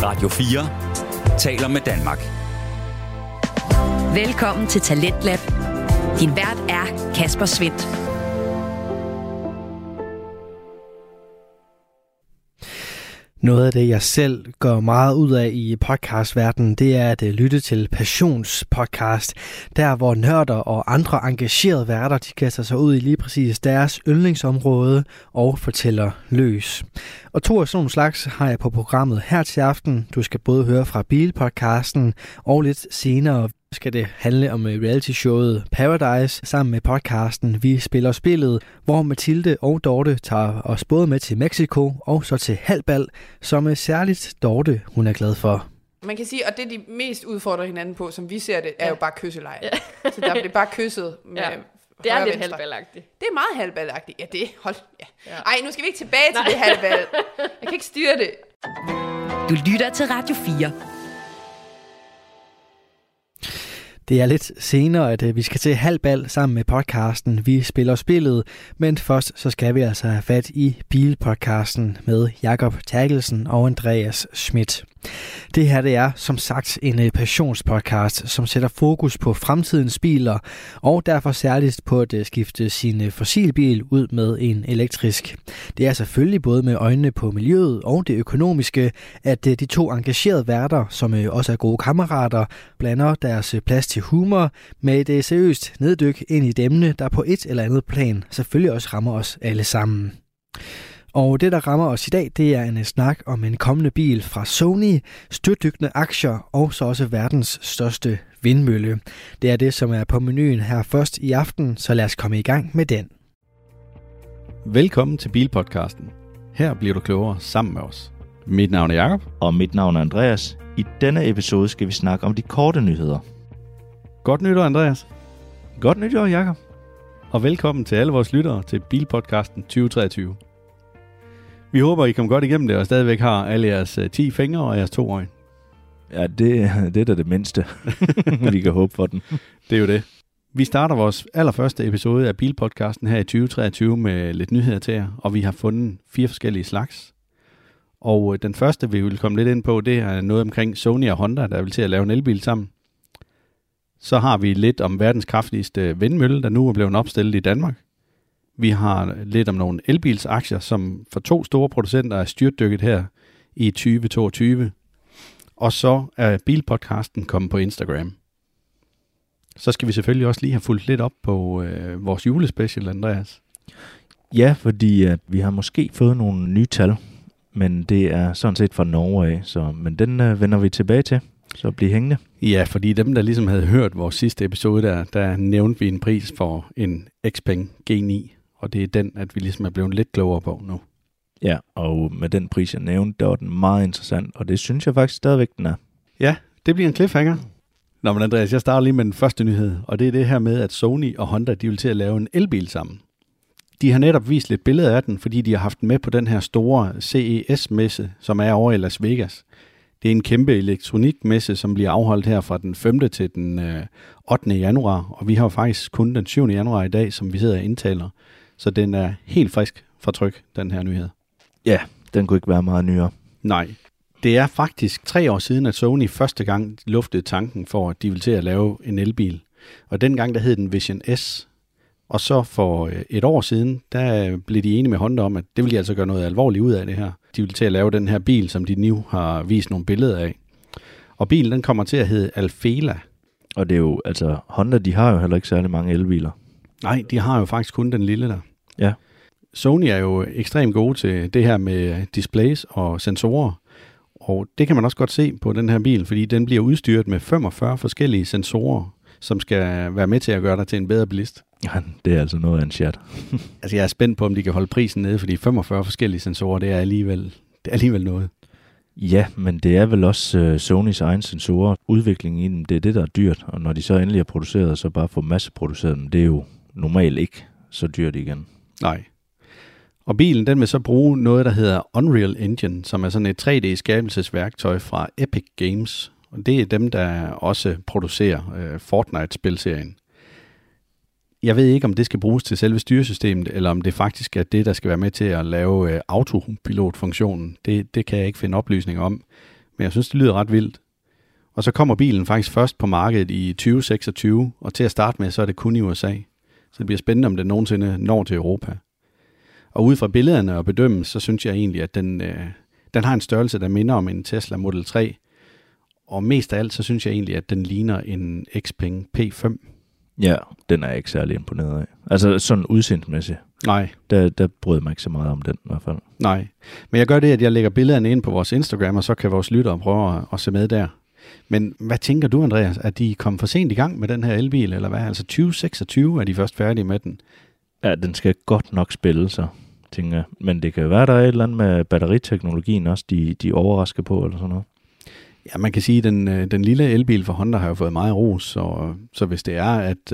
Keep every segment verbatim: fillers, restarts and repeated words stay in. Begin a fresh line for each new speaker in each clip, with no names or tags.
Radio fire taler med Danmark.
Velkommen til Talentlab. Din vært er Kasper Svendt.
Noget af det, jeg selv går meget ud af i podcastverdenen, det er at lytte til passionspodcast. Der, hvor nørder og andre engagerede værter, de kaster sig ud i lige præcis deres yndlingsområde og fortæller løs. Og to af sådan nogle slags har jeg på programmet her til aften. Du skal både høre fra Bilpodcasten, og lidt senere skal det handle om reality-showet Paradise sammen med podcasten Vi Spiller Spillet, hvor Mathilde og Dorte tager os både med til Mexico og så til halbal, som særligt Dorte hun er glad for.
Man kan sige, og det de mest udfordrer hinanden på, som vi ser det, er ja. jo bare kysseleje. Ja. Så der bliver bare kysset med ja.
Det er lidt halvballagtigt.
Det er meget halvballagtigt. Ja, det hold. Ja. Ja. Ej, nu skal vi ikke tilbage til Nej. det halvball. Jeg kan ikke styre det.
Du lytter til Radio fire.
Det er lidt senere, at vi skal til halvbal sammen med podcasten Vi Spiller Spillet, men først så skal vi altså have fat i Bilpodcasten med Jakob Terkelsen og Andreas Schmidt. Det her det er som sagt en passionspodcast, som sætter fokus på fremtidens biler, og derfor særligt på at skifte sin fossilbil ud med en elektrisk. Det er selvfølgelig både med øjnene på miljøet og det økonomiske, at de to engagerede værter, som også er gode kammerater, blander deres plads til humor med et seriøst neddyk ind i et emne, der på et eller andet plan selvfølgelig også rammer os alle sammen. Og det, der rammer os i dag, det er en snak om en kommende bil fra Sony, styrtdykkende aktier og så også verdens største vindmølle. Det er det, som er på menuen her først i aften, så lad os komme i gang med den.
Velkommen til Bilpodcasten. Her bliver du klogere sammen med os. Mit navn er Jakob.
Og mit navn er Andreas. I denne episode skal vi snakke om de korte nyheder.
Godt nytår, Andreas.
Godt nytår, Jakob.
Og velkommen til alle vores lyttere til Bilpodcasten tyve treogtyve. Vi håber, I kom godt igennem det, og stadigvæk har alle jeres ti fingre og jeres to øjne.
Ja, det, det er da det mindste, vi kan håbe for den.
Det er jo det. Vi starter vores allerførste episode af Bilpodcasten her i tyve treogtyve med lidt nyheder til jer, og vi har fundet fire forskellige slags. Og den første, vi vil komme lidt ind på, det er noget omkring Sony og Honda, der vil til at lave en elbil sammen. Så har vi lidt om verdens kraftigste vindmølle, der nu er blevet opstillet i Danmark. Vi har lidt om nogle elbilsaktier, som for to store producenter er styrtdykket her i tyve toogtyve. Og så er Bilpodcasten kommet på Instagram. Så skal vi selvfølgelig også lige have fulgt lidt op på øh, vores julespecial, Andreas.
Ja, fordi øh, vi har måske fået nogle nye tal, men det er sådan set fra Norge af, så, men den øh, vender vi tilbage til. Så bliv hængende.
Ja, fordi dem, der ligesom havde hørt vores sidste episode, der, der nævnte vi en pris for en Xpeng G ni. Og det er den, at vi ligesom er blevet lidt klogere på nu.
Ja, og med den pris, jeg nævnte, der var den meget interessant. Og det synes jeg faktisk stadigvæk, den er.
Ja, det bliver en cliffhanger. Nå, men Andreas, jeg starter lige med den første nyhed. Og det er det her med, at Sony og Honda, de vil til at lave en elbil sammen. De har netop vist lidt billeder af den, fordi de har haft den med på den her store C E S-messe, som er over i Las Vegas. Det er en kæmpe elektronikmesse, som bliver afholdt her fra den femte til den ottende januar. Og vi har faktisk kun den syvende januar i dag, som vi sidder og indtaler. Så den er helt frisk fra tryk, den her nyhed.
Ja, den kunne ikke være meget nyere.
Nej. Det er faktisk tre år siden, at Sony første gang luftede tanken for, at de ville til at lave en elbil. Og dengang der hed den Vision S. Og så for et år siden, der blev de enige med Honda om, at det ville de altså gøre noget alvorligt ud af det her. De ville til at lave den her bil, som de nu har vist nogle billeder af. Og bilen, den kommer til at hedde Alfela.
Og det er jo, altså Honda, de har jo heller ikke særlig mange elbiler.
Nej, de har jo faktisk kun den lille der.
Ja.
Sony er jo ekstremt gode til det her med displays og sensorer. Og det kan man også godt se på den her bil, fordi den bliver udstyret med femogfyrre forskellige sensorer, som skal være med til at gøre dig til en bedre bilist.
Ja, det er altså noget af en chat.
Altså jeg er spændt på, om de kan holde prisen nede, fordi femogfyrre forskellige sensorer, det er alligevel, det er alligevel noget.
Ja, men det er vel også uh, Sonys egen sensorer. Udviklingen i dem, det er det, der er dyrt. Og når de så endelig er produceret, så bare få masseproduceret dem, det er jo normalt ikke så dyrt igen.
Nej. Og bilen, den vil så bruge noget, der hedder Unreal Engine, som er sådan et tre D-skabelsesværktøj fra Epic Games. Og det er dem, der også producerer øh, Fortnite-spilserien. Jeg ved ikke, om det skal bruges til selve styresystemet, eller om det faktisk er det, der skal være med til at lave øh, autopilot-funktionen. Det, det kan jeg ikke finde oplysninger om. Men jeg synes, det lyder ret vildt. Og så kommer bilen faktisk først på markedet i tyve seksogtyve, og til at starte med, så er det kun i U S A. Så det bliver spændende, om den nogensinde når til Europa. Og ud fra billederne og bedømmes, så synes jeg egentlig, at den, øh, den har en størrelse, der minder om en Tesla Model tre. Og mest af alt, så synes jeg egentlig, at den ligner en Xpeng P fem.
Ja, den er jeg ikke særlig imponeret af. Altså sådan udseendsmæssigt.
Nej.
Der, der bryder mig ikke så meget om den i hvert fald.
Nej, men jeg gør det, at jeg lægger billederne ind på vores Instagram, og så kan vores lyttere prøve at, at se med der. Men hvad tænker du, Andreas? Er de kommet for sent i gang med den her elbil, eller hvad? Altså tyve seksogtyve er de først færdige med den?
Ja, den skal godt nok spille sig, tænker jeg. Men det kan jo være, der er et eller andet med batteriteknologien også, de, de overrasker på, eller sådan noget.
Ja, man kan sige, at den, den lille elbil fra Honda har jo fået meget ros, så, så hvis det er, at,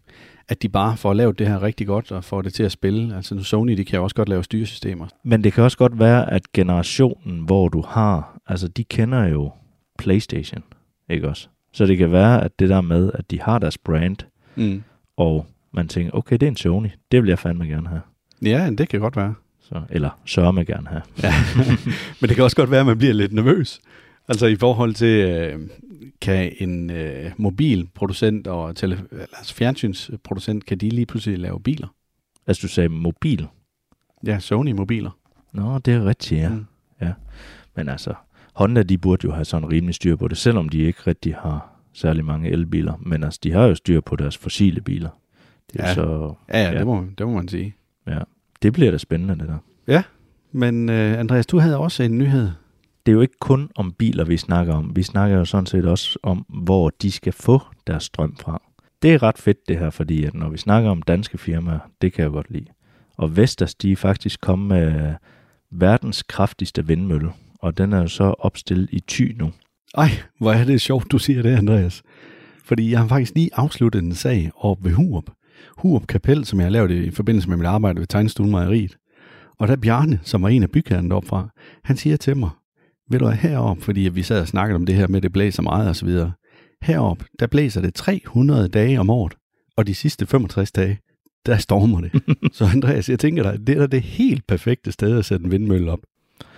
at de bare får lavet det her rigtig godt, og får det til at spille, altså nu Sony, de kan jo også godt lave styresystemer.
Men det kan også godt være, at generationen, hvor du har, altså de kender jo PlayStation, ikke også? Så det kan være, at det der med, at de har deres brand, mm. og man tænker, okay, det er en Sony, det vil jeg fandme gerne have.
Ja, det kan godt være.
Så, eller sørger mig gerne have.
Ja. Men det kan også godt være, at man bliver lidt nervøs. Altså i forhold til, øh, kan en øh, mobilproducent og tele- altså fjernsynsproducent, kan de lige pludselig lave biler?
Altså du sagde mobil?
Ja, Sony-mobiler.
Nå, det er rigtigt, ja. Mm. ja. Men altså, Honda, de burde jo have sådan rimelig styr på det, selvom de ikke rigtig har særlig mange elbiler. Men altså, de har jo styr på deres fossile biler. Det er
ja.
Så,
ja, ja, det må, det må man sige.
Ja, det bliver da spændende, det der.
Ja, men øh, Andreas, du havde også en nyhed.
Det er jo ikke kun om biler, vi snakker om. Vi snakker jo sådan set også om, hvor de skal få deres strøm fra. Det er ret fedt det her, fordi at når vi snakker om danske firmaer, det kan jeg godt lide. Og Vestas, de er faktisk kommet med verdens kraftigste vindmølle, og den er jo så opstillet i Thy nu.
Ej, hvor er det sjovt, du siger det, Andreas. Fordi jeg har faktisk lige afsluttet en sag oppe ved Hurup. Hurup Kapel, som jeg har lavet i forbindelse med mit arbejde ved Tegnestuen Mejeriet. Og der Bjarne, som var en af bygherrerne deroppe fra, han siger til mig, ved du hvad, heroppe, fordi vi sad og snakkede om det her med, at det blæser meget og så videre. Heroppe, der blæser det tre hundrede dage om året, og de sidste femogtres dage, der stormer det. Så Andreas, jeg tænker dig, det er det helt perfekte sted at sætte en vindmølle op.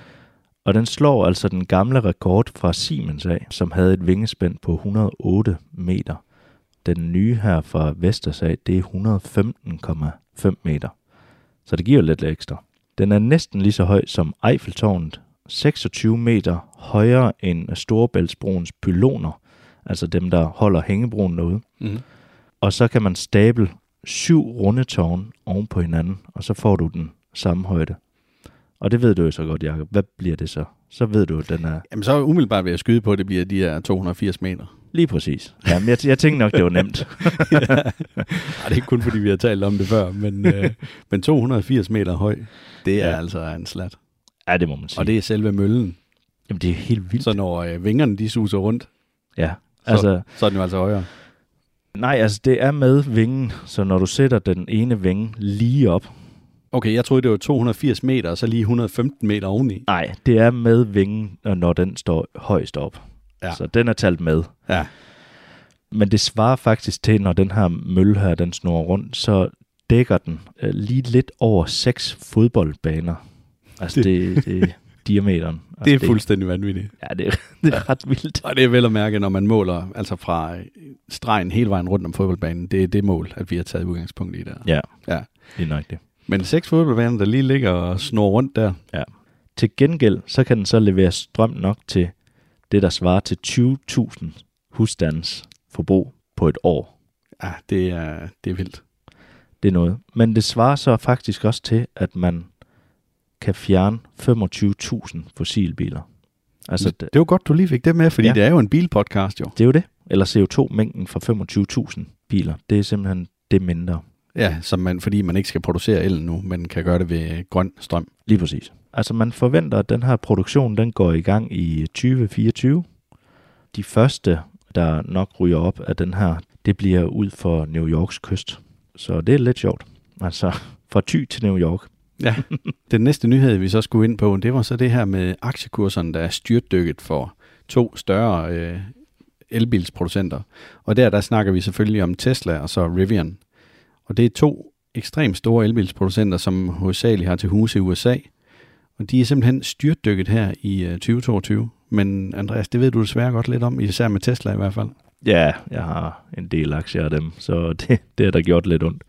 Og den slår altså den gamle rekord fra Siemens af, som havde et vingespænd på et hundrede og otte meter. Den nye her fra Vestas af, det er et hundrede og femten komma fem meter. Så det giver lidt ekstra. Den er næsten lige så høj som Eiffeltårnet, seksogtyve meter højere end Storebæltsbroens pyloner, altså dem, der holder hængebroen derude. Mm. Og så kan man stable syv rundetårne oven på hinanden, og så får du den samme højde. Og det ved du jo så godt, Jacob. Hvad bliver det så? Så ved du, at den er...
Jamen så umiddelbart vil jeg skyde på, at det bliver de her to hundrede og firs meter.
Lige præcis. Jamen, jeg, jeg tænkte nok, det var nemt.
Ja. Ej, det er ikke kun, fordi vi har talt om det før, men, øh, men to hundrede og firs meter høj, det er ja. altså en slat.
Ja, det må man sige.
Og det er selve møllen.
Jamen, det er helt vildt.
Så når øh, vingerne, de suser rundt,
ja.
så, altså, så er den jo altså højere.
Nej, altså det er med vingen, så når du sætter den ene vinge lige op.
Okay, jeg troede, det var to hundrede og firs meter, og så lige et hundrede og femten meter oveni.
Nej, det er med vingen, når den står højst op. Ja. Så den er talt med.
Ja.
Men det svarer faktisk til, når den her mølle her, den snurrer rundt, så dækker den øh, lige lidt over seks fodboldbaner. Altså det, det, det er diameteren. Altså
det er fuldstændig det, vanvittigt.
Ja, det, det er ja. ret vildt.
Og det er vel at mærke, når man måler altså fra stregen hele vejen rundt om fodboldbanen. Det er det mål, at vi har taget udgangspunkt i der.
Ja,
ja.
det er nok det.
Men seks fodboldbaner, der lige ligger og snor rundt der.
Ja. Til gengæld, så kan den så levere strøm nok til det, der svarer til tyve tusind husstands forbrug på et år.
Ja, det er, det er vildt.
Det er noget. Men det svarer så faktisk også til, at man kan fjerne femogtyve tusind fossilbiler. Altså,
det, det er jo godt, du lige fik det med, fordi ja. det er jo en bilpodcast jo.
Det er jo det. Eller C O to mængden fra femogtyve tusind biler. Det er simpelthen det mindre.
Ja, som man, fordi man ikke skal producere el nu, men kan gøre det ved grøn strøm.
Lige præcis. Altså man forventer, at den her produktion, den går i gang i tyve fireogtyve. De første, der nok ryger op af den her, det bliver ud for New Yorks kyst. Så det er lidt sjovt. Altså fra Thy til New York.
Ja, den næste nyhed, vi så skulle ind på, det var så det her med aktiekurserne, der er styrtdykket for to større øh, elbilsproducenter. Og der, der snakker vi selvfølgelig om Tesla og så Rivian. Og det er to ekstremt store elbilsproducenter, som hovedsageligt har til huse i U S A. Og de er simpelthen styrtdykket her i uh, tyve toogtyve. Men Andreas, det ved du desværre godt lidt om, især med Tesla i hvert fald.
Ja, jeg har en del aktier af dem, så det, det er der gjort lidt ondt.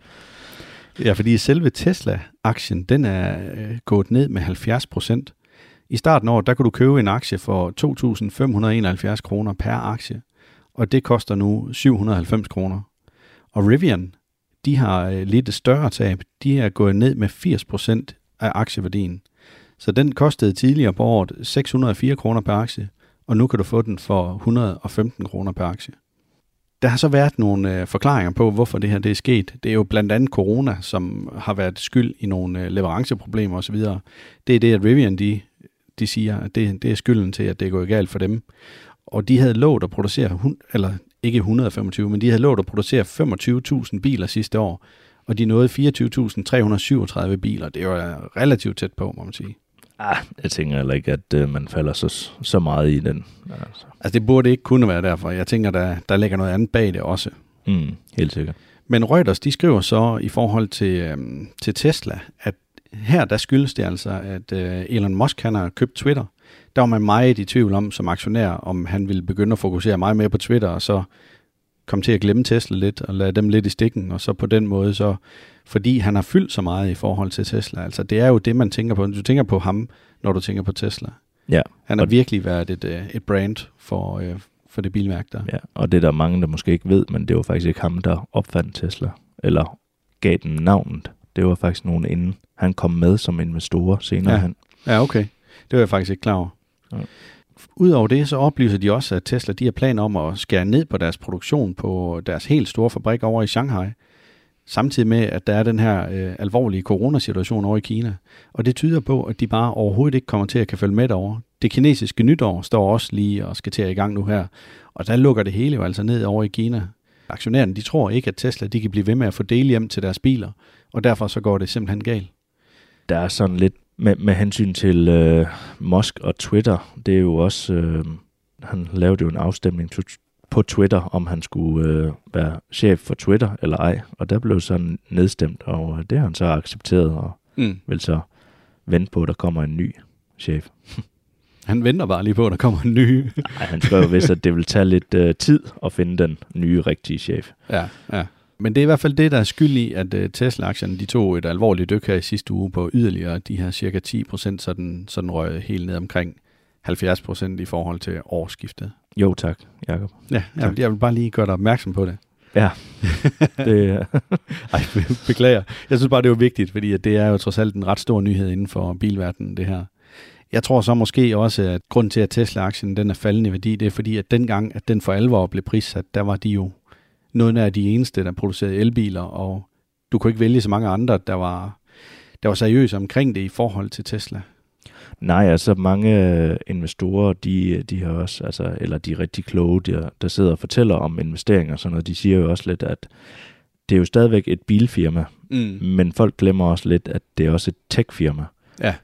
Ja, fordi selve Tesla-aktien, den er øh, gået ned med halvfjerds procent. I starten af året, der kunne du købe en aktie for to tusind fem hundrede og enoghalvfjerds kroner per aktie, og det koster nu syv hundrede og halvfems kroner. Og Rivian, de har øh, lidt et større tab. De er gået ned med firs procent af aktieværdien. Så den kostede tidligere på året seks hundrede og fire kroner per aktie, og nu kan du få den for et hundrede og femten kroner per aktie. Der har så været nogle øh, forklaringer på, hvorfor det her det er sket. Det er jo blandt andet corona, som har været skyld i nogle øh, leveranceproblemer osv. Det er det, at Rivian de, de siger, at det, det er skylden til, at det er gået galt for dem. Og de havde lovet at producere, eller ikke et hundrede og femogtyve, men de havde lovet at producere femogtyve tusind biler sidste år, og de nåede fireogtyve tusind tre hundrede og syvogtredive biler. Det var relativt tæt på, må man sige.
Ah, jeg tænker heller ikke, at øh, man falder så, så meget i den.
Altså. altså det burde ikke kunne være derfor. Jeg tænker, der, der ligger noget andet bag det også.
Mm, helt sikkert.
Men Reuters, de skriver så i forhold til, øhm, til Tesla, at her der skyldes det altså, at øh, Elon Musk han har købt Twitter. Der var man meget i tvivl om som aktionær, om han ville begynde at fokusere meget mere på Twitter, og så komme til at glemme Tesla lidt, og lade dem lidt i stikken, og så på den måde, så fordi han har fyldt så meget i forhold til Tesla. Altså det er jo det, man tænker på. Du tænker på ham, når du tænker på Tesla.
Ja.
Han har virkelig været et, et brand for, øh, for det bilmærke der.
Ja, og det er der mange, der måske ikke ved, men det var faktisk ikke ham, der opfandt Tesla, eller gav den navnet. Det var faktisk nogen inden han kom med som investorer senere
ja.
hen.
Ja, okay. Det var jeg faktisk ikke klar over. Ja. Udover det, så oplyser de også, at Tesla de har planer om at skære ned på deres produktion på deres helt store fabrik over i Shanghai. Samtidig med, at der er den her øh, alvorlige coronasituation over i Kina. Og det tyder på, at de bare overhovedet ikke kommer til at kan følge med over. Det kinesiske nytår står også lige og skal til at i gang nu her. Og der lukker det hele jo altså ned over i Kina. Aktionærerne, de tror ikke, at Tesla de kan blive ved med at få del hjem til deres biler. Og derfor så går det simpelthen galt.
Der er sådan lidt med, med hensyn til øh, Musk og Twitter. Det er jo også, øh, han lavede jo en afstemning på Twitter, om han skulle øh, være chef for Twitter eller ej. Og der blev sådan nedstemt, og det har han så accepteret, og mm. vil så vente på, at der kommer en ny chef.
Han venter bare lige på, at der kommer en ny.
Nej, han skrev vist, at det vil tage lidt øh, tid at finde den nye, rigtige chef.
Ja, ja. Men det er i hvert fald det, der er skyld i, at uh, Tesla-aktierne de tog et alvorligt dyk her i sidste uge på yderligere de her cirka ti procent, så den, så den røg helt ned omkring halvfjerds procent i forhold til årsskiftet.
Jo tak, Jakob.
Ja, jeg vil, jeg vil bare lige gøre dig opmærksom på det.
Ja. det,
Ej, beklager. Jeg synes bare, det er vigtigt, fordi at det er jo trods alt en ret stor nyhed inden for bilverdenen, det her. Jeg tror så måske også, at grunden til, at Tesla-aktien den er faldende i værdi, det er fordi, at dengang, at den for alvor blev prissat, der var de jo noget af de eneste, der producerede elbiler, og du kunne ikke vælge så mange andre, der var, der var seriøse omkring det i forhold til Tesla.
Nej, altså mange investorer, de, de har også, altså, eller de er rigtig kloge, der, der sidder og fortæller om investeringer, sådan noget. De siger jo også lidt, at det er jo stadigvæk et bilfirma, mm. men folk glemmer også lidt, at det er også et techfirma.
Ja.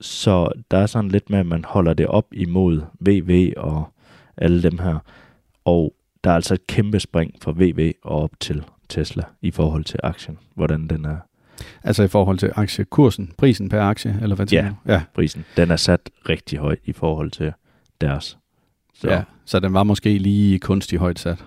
Så der er sådan lidt med, at man holder det op imod V W og alle dem her, og der er altså et kæmpe spring fra V W og op til Tesla i forhold til aktien, hvordan den er.
Altså i forhold til aktiekursen, prisen per aktie, eller hvad
ja, ja, prisen. Den er sat rigtig højt i forhold til deres.
Så. Ja, så den var måske lige kunstigt højt sat.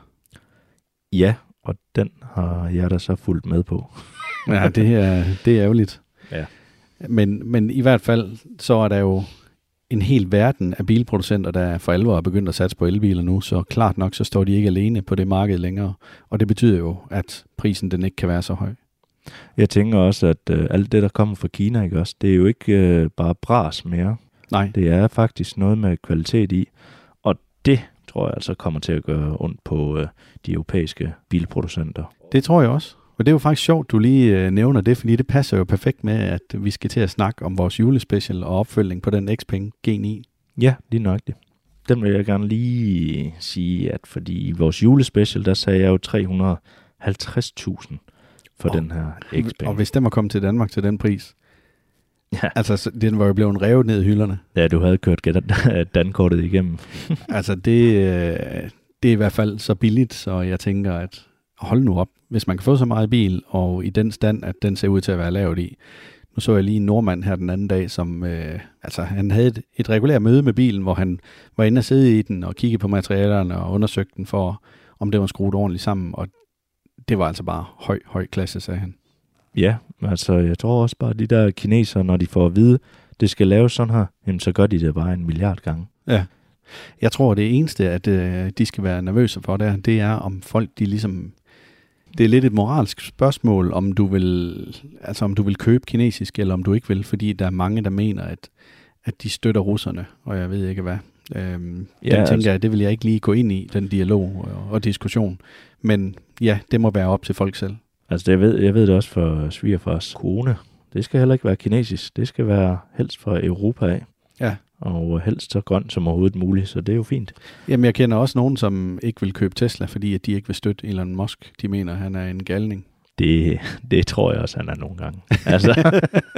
Ja, og den har jeg da så fulgt med på.
Ja, det er, det er ærgerligt.
Ja.
Men, men i hvert fald, så er der jo en hel verden af bilproducenter, der for alvor er begyndt at satse på elbiler nu, så klart nok, så står de ikke alene på det marked længere. Og det betyder jo, at prisen den ikke kan være så høj.
Jeg tænker også, at øh, alt det, der kommer fra Kina, ikke også, det er jo ikke øh, bare bras mere.
Nej.
Det er faktisk noget med kvalitet i, og det tror jeg altså kommer til at gøre ondt på øh, de europæiske bilproducenter.
Det tror jeg også. Og det er jo faktisk sjovt, du lige øh, nævner det, fordi det passer jo perfekt med, at vi skal til at snakke om vores julespecial og opfølgning på den Xpeng G ni.
Ja, lige nøjagtigt. Den vil jeg gerne lige sige, at fordi i vores julespecial, der sagde jeg jo tre hundrede og halvtreds tusind for og, den her Xpeng.
Og hvis den var kommet til Danmark til den pris, ja. Altså den var jo blevet revet ned i hylderne.
Ja, du havde kørt dankortet igennem.
Altså det, det er i hvert fald så billigt, så jeg tænker, at hold nu op. Hvis man kan få så meget bil, og i den stand, at den ser ud til at være lavet i. Nu så jeg lige en nordmand her den anden dag, som øh, altså han havde et, et regulært møde med bilen, hvor han var inde og sidde i den og kigge på materialerne og undersøgte den for, om det var skruet ordentligt sammen. Og det var altså bare høj, høj klasse, sagde han.
Ja, altså jeg tror også bare, at de der kinesere, når de får at vide, det skal laves sådan her, jamen, så gør de det bare en milliard gange.
Ja. Jeg tror, det eneste, at øh, de skal være nervøse for der, det er, om folk, de ligesom... Det er lidt et moralsk spørgsmål, om du vil, altså om du vil købe kinesisk, eller om du ikke vil, fordi der er mange, der mener, at, at de støtter russerne, og jeg ved ikke hvad. Øhm, ja, den tænker altså... jeg, det vil jeg ikke lige gå ind i, den dialog og, og diskussion. Men ja, det må være op til folk selv.
Altså det, jeg, ved, jeg ved det også for svigerfars kone. Det skal heller ikke være kinesisk. Det skal være helst fra Europa af.
Ja.
Og helst så grønt som overhovedet muligt, så det er jo fint.
Jamen jeg kender også nogen, som ikke vil købe Tesla, fordi at de ikke vil støtte Elon Musk. De mener, at han er en galning.
Det, det tror jeg også, han er nogle gange. Altså,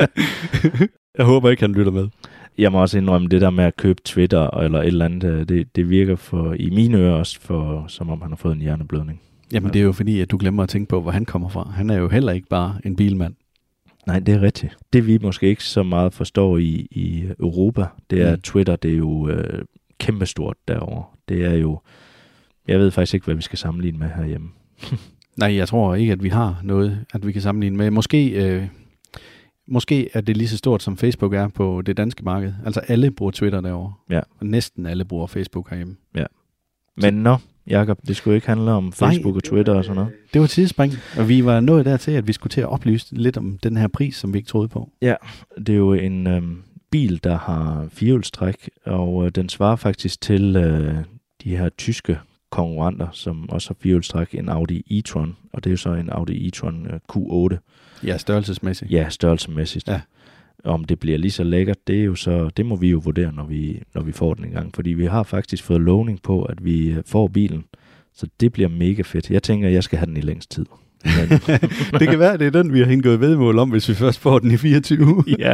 jeg håber ikke, han lytter med. Jeg må også indrømme, det der med at købe Twitter eller et eller andet, det, det virker for, i mine ører også, for, som om han har fået en hjerneblødning.
Jamen det er jo fordi, at du glemmer at tænke på, hvor han kommer fra. Han er jo heller ikke bare en bilmand.
Nej, det er rigtigt. Det vi måske ikke så meget forstår i, i Europa, det er, mm. Twitter, det er jo øh, kæmpestort derovre. Det er jo, jeg ved faktisk ikke, hvad vi skal sammenligne med herhjemme.
Nej, jeg tror ikke, at vi har noget, at vi kan sammenligne med. Måske, øh, måske er det lige så stort, som Facebook er på det danske marked. Altså alle bruger Twitter derovre.
Ja.
Og næsten alle bruger Facebook herhjemme.
Ja. Men nå, Jakob, det skulle ikke handle om Facebook Nej, og Twitter og sådan noget.
Det var tidsspring, og vi var nået dertil, at vi skulle til at oplyse lidt om den her pris, som vi ikke troede på.
Ja, det er jo en øhm, bil, der har firehjulstræk, og øh, den svarer faktisk til øh, de her tyske konkurrenter, som også har firehjulstræk, en Audi e-tron, og det er jo så en Audi e-tron øh, Q otte.
Ja, størrelsesmæssigt.
Ja, størrelsesmæssigt. Ja. Om det bliver lige så lækkert, det er jo så, det må vi jo vurdere, når vi, når vi får den en gang. Fordi vi har faktisk fået lovning på, at vi får bilen. Så det bliver mega fedt. Jeg tænker, at jeg skal have den i længst tid. Men
det kan være, det er den, vi har indgået vedmål om, hvis vi først får den i fireogtyve.
Ja.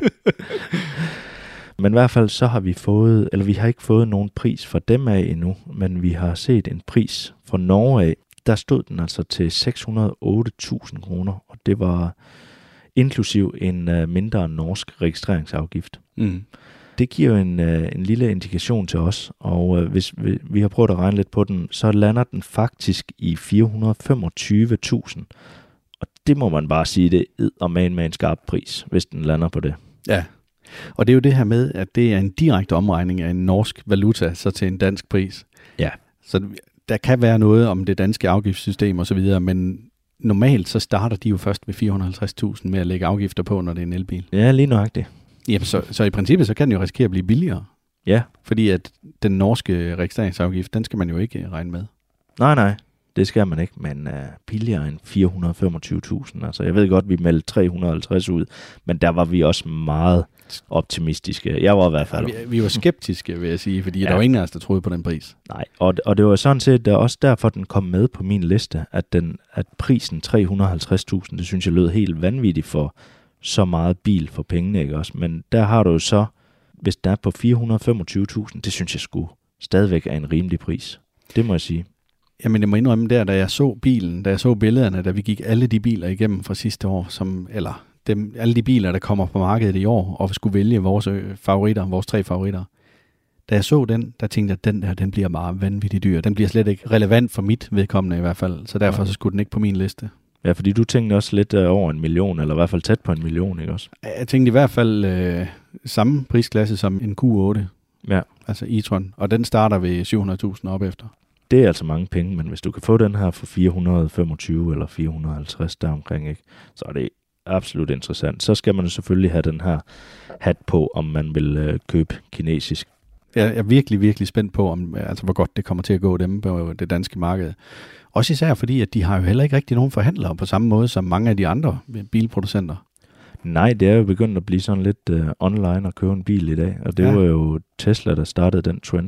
Men i hvert fald så har vi fået, eller vi har ikke fået nogen pris fra dem af endnu, men vi har set en pris fra Norge af. Der stod den altså til seks hundrede og otte tusind kroner, og det var inklusiv en uh, mindre norsk registreringsafgift.
Mm.
Det giver jo en, uh, en lille indikation til os, og uh, hvis vi, vi har prøvet at regne lidt på den, så lander den faktisk i fire hundrede og femogtyve tusind. Og det må man bare sige, det er eddermame med en skarp pris, hvis den lander på det.
Ja, og det er jo det her med, at det er en direkte omregning af en norsk valuta, så til en dansk pris.
Ja.
Så der kan være noget om det danske afgiftssystem og så videre, men normalt så starter de jo først ved fire hundrede og halvtreds tusind med at lægge afgifter på, når det er en elbil.
Ja, lige nøjagtigt.
Jamen, så, så i princippet så kan den jo risikere at blive billigere.
Ja.
Fordi at den norske registreringsafgift, den skal man jo ikke regne med.
Nej, nej. Det skal man ikke, men uh, billigere end fire hundrede og femogtyve tusind. Altså, jeg ved godt, vi meldte tre hundrede og halvtreds ud, men der var vi også meget optimistiske. Jeg var i hvert fald.
Ja, vi, vi var skeptiske, vil jeg sige, fordi ja. Der var ingen af os, der troede på den pris.
Nej, og, og det var sådan set der også derfor, den kom med på min liste, at, den, at prisen tre hundrede og halvtreds tusind, det synes jeg lød helt vanvittigt for så meget bil for pengene, ikke også? Men der har du jo så, hvis der er på fire hundrede og femogtyve tusind, det synes jeg sgu stadigvæk er en rimelig pris. Det må jeg sige.
Jamen, jeg må indrømme der, da jeg så bilen, da jeg så billederne, da vi gik alle de biler igennem fra sidste år, som, eller dem, alle de biler, der kommer på markedet i år, og skulle vælge vores favoritter, vores tre favoritter. Da jeg så den, der tænkte jeg, at den der, den bliver bare vanvittigt dyr. Den bliver slet ikke relevant for mit vedkommende i hvert fald, så derfor så skulle den ikke på min liste.
Ja, fordi du tænkte også lidt uh, over en million, eller i hvert fald tæt på en million, ikke også?
Jeg tænkte i hvert fald øh, samme prisklasse som en Q otte,
ja.
Altså e-tron, og den starter ved syv hundrede tusind op efter.
Det er altså mange penge, men hvis du kan få den her for fire hundrede og femogtyve eller fire hundrede og halvtreds deromkring, ikke, så er det absolut interessant. Så skal man selvfølgelig have den her hat på, om man vil øh, købe kinesisk.
Jeg er virkelig, virkelig spændt på, om, altså, hvor godt det kommer til at gå dem på det danske marked. Også især fordi, at de har jo heller ikke rigtig nogen forhandlere på samme måde som mange af de andre bilproducenter.
Nej, det er jo begyndt at blive sådan lidt uh, online at købe en bil i dag, og det ja. var jo Tesla, der startede den trend.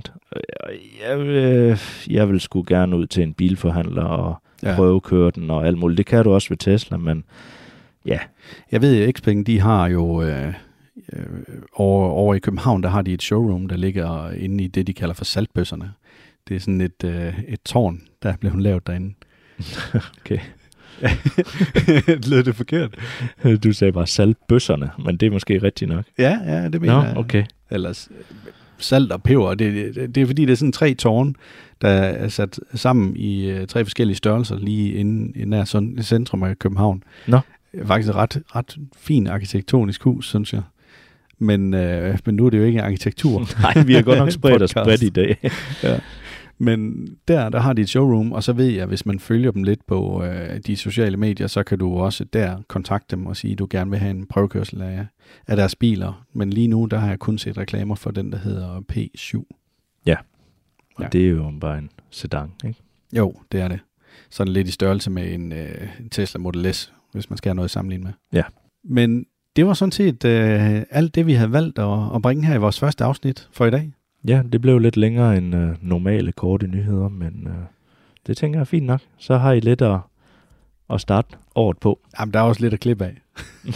Jeg vil, jeg vil sgu gerne ud til en bilforhandler og ja. prøve at køre den og alt muligt. Det kan du også ved Tesla, men ja.
Jeg ved, at Xpeng, de har jo øh, øh, over, over i København, der har de et showroom, der ligger inde i det, de kalder for saltbøsserne. Det er sådan et, øh, et tårn, der er blevet lavet derinde.
Okay.
Lød det forkert?
Du sagde bare saltbøsserne, men det er måske rigtigt nok.
Ja, ja, det mener
Nå,
jeg.
okay.
Ellers salt og peber, det, det, det er fordi, det er sådan tre tårne, der er sat sammen i uh, tre forskellige størrelser, lige inde i nær sådan, i centrum af København.
Nå.
Faktisk et ret, ret fin arkitektonisk hus, synes jeg. Men, øh, men nu er det jo ikke arkitektur.
Nej, vi har godt nok spredt os bredt i dag.
Ja. Men der, der har de et showroom, og så ved jeg, hvis man følger dem lidt på øh, de sociale medier, så kan du også der kontakte dem og sige, at du gerne vil have en prøvekørsel af, af deres biler. Men lige nu, der har jeg kun set reklamer for den, der hedder P syv.
Ja, og
ja.
Det er jo bare en sedan, ikke?
Jo, det er det. Sådan lidt i størrelse med en, øh, en Tesla Model S, hvis man skal have noget at sammenligne med.
Ja.
Men det var sådan set øh, alt det, vi havde valgt at, at bringe her i vores første afsnit for i dag.
Ja, det blev lidt længere end øh, normale korte nyheder, men øh, det tænker jeg er fint nok. Så har I lidt at, at starte året på.
Jamen, der er også lidt at klippe af.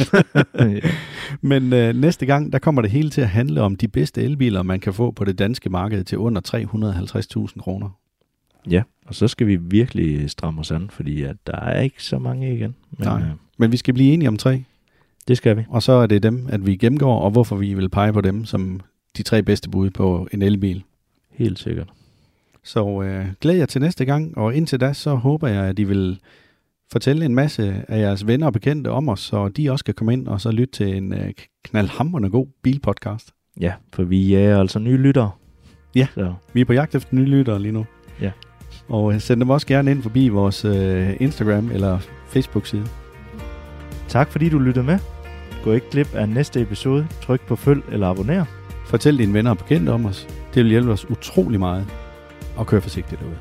Men øh, næste gang, der kommer det hele til at handle om de bedste elbiler, man kan få på det danske marked til under tre hundrede og halvtreds tusind kroner.
Ja, og så skal vi virkelig stramme os an, fordi at der er ikke så mange igen. Men,
Nej,
øh,
men vi skal blive enige om tre.
Det skal vi.
Og så er det dem, at vi gennemgår, og hvorfor vi vil pege på dem som de tre bedste bud på en elbil.
Helt sikkert.
Så øh, glæd jer til næste gang, og indtil da, så håber jeg, at I vil fortælle en masse af jeres venner og bekendte om os, så de også kan komme ind og så lytte til en øh, knaldhamrende god bilpodcast.
Ja, for vi er altså nye lyttere.
Ja,
så.
Vi er på jagt efter nye lyttere lige nu.
Ja.
Og øh, send dem også gerne ind forbi vores øh, Instagram eller Facebook-side.
Tak fordi du lyttede med. Gå ikke glip af næste episode. Tryk på følg eller abonner.
Fortæl dine venner og bekendte om os. Det vil hjælpe os utrolig meget. Og kør forsigtigt derude.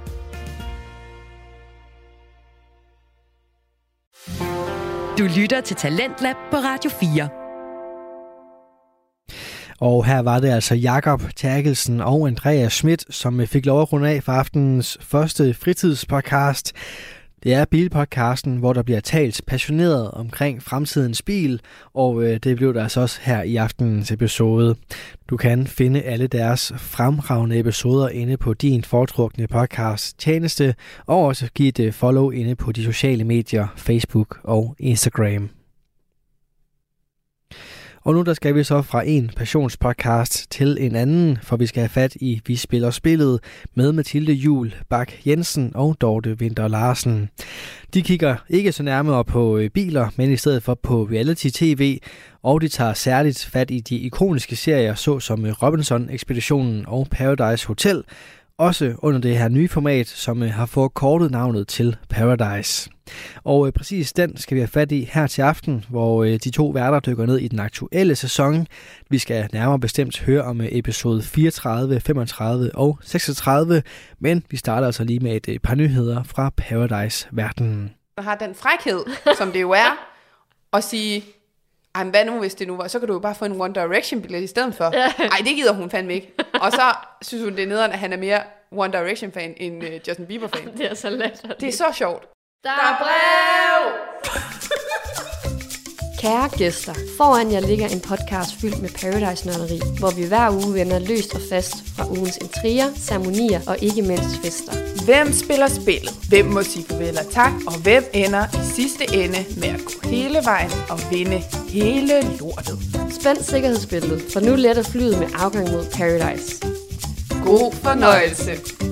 Du lytter til Talentlab på Radio fire.
Og her var det altså Jakob Terkelsen og Andreas Schmidt, som fik lov at runde af for aftenens første fritidspodcast. Det er bilpodcasten, hvor der bliver talt passioneret omkring fremtidens bil, og øh, det blev der altså også her i aftenens episode. Du kan finde alle deres fremragende episoder inde på din foretrukne podcast tjeneste, og også give et follow inde på de sociale medier, Facebook og Instagram. Og nu der skal vi så fra en passionspodcast til en anden, for vi skal have fat i Vi Spiller Spillet med Mathilde Juhl Bak Jensen og Dorte Winther Larsen. De kigger ikke så nærmere på biler, men i stedet for på reality-tv, og de tager særligt fat i de ikoniske serier, såsom Robinson-ekspeditionen og Paradise Hotel, også under det her nye format, som har forkortet navnet til Paradise. Og øh, præcis den skal vi have fat i her til aften, hvor øh, de to værter dykker ned i den aktuelle sæson. Vi skal nærmere bestemt høre om øh, episode fireogtredive, femogtredive og seksogtredive, men vi starter altså lige med et øh, par nyheder fra Paradise-verdenen.
Der har den frækhed, som det jo er, at sige, ej, hvad nu hvis det nu var, så kan du jo bare få en One Direction-billet i stedet for. Ej, det gider hun fandme ikke. Og så synes hun, det er nederen, at han er mere One Direction-fan end uh, Justin Bieber-fan.
Det er så let.
Det er så sjovt.
Der er brev! Kære gæster, foran jer ligger en podcast fyldt med Paradise-nørderi, hvor vi hver uge vender løst og fast fra ugens intriger, ceremonier og ikke mindst fester.
Hvem spiller spillet? Hvem må sige farvel og tak? Og hvem ender i sidste ende med at gå hele vejen og vinde hele lortet?
Spænd sikkerhedsbæltet, for nu letter flyet med afgang mod Paradise.
God fornøjelse!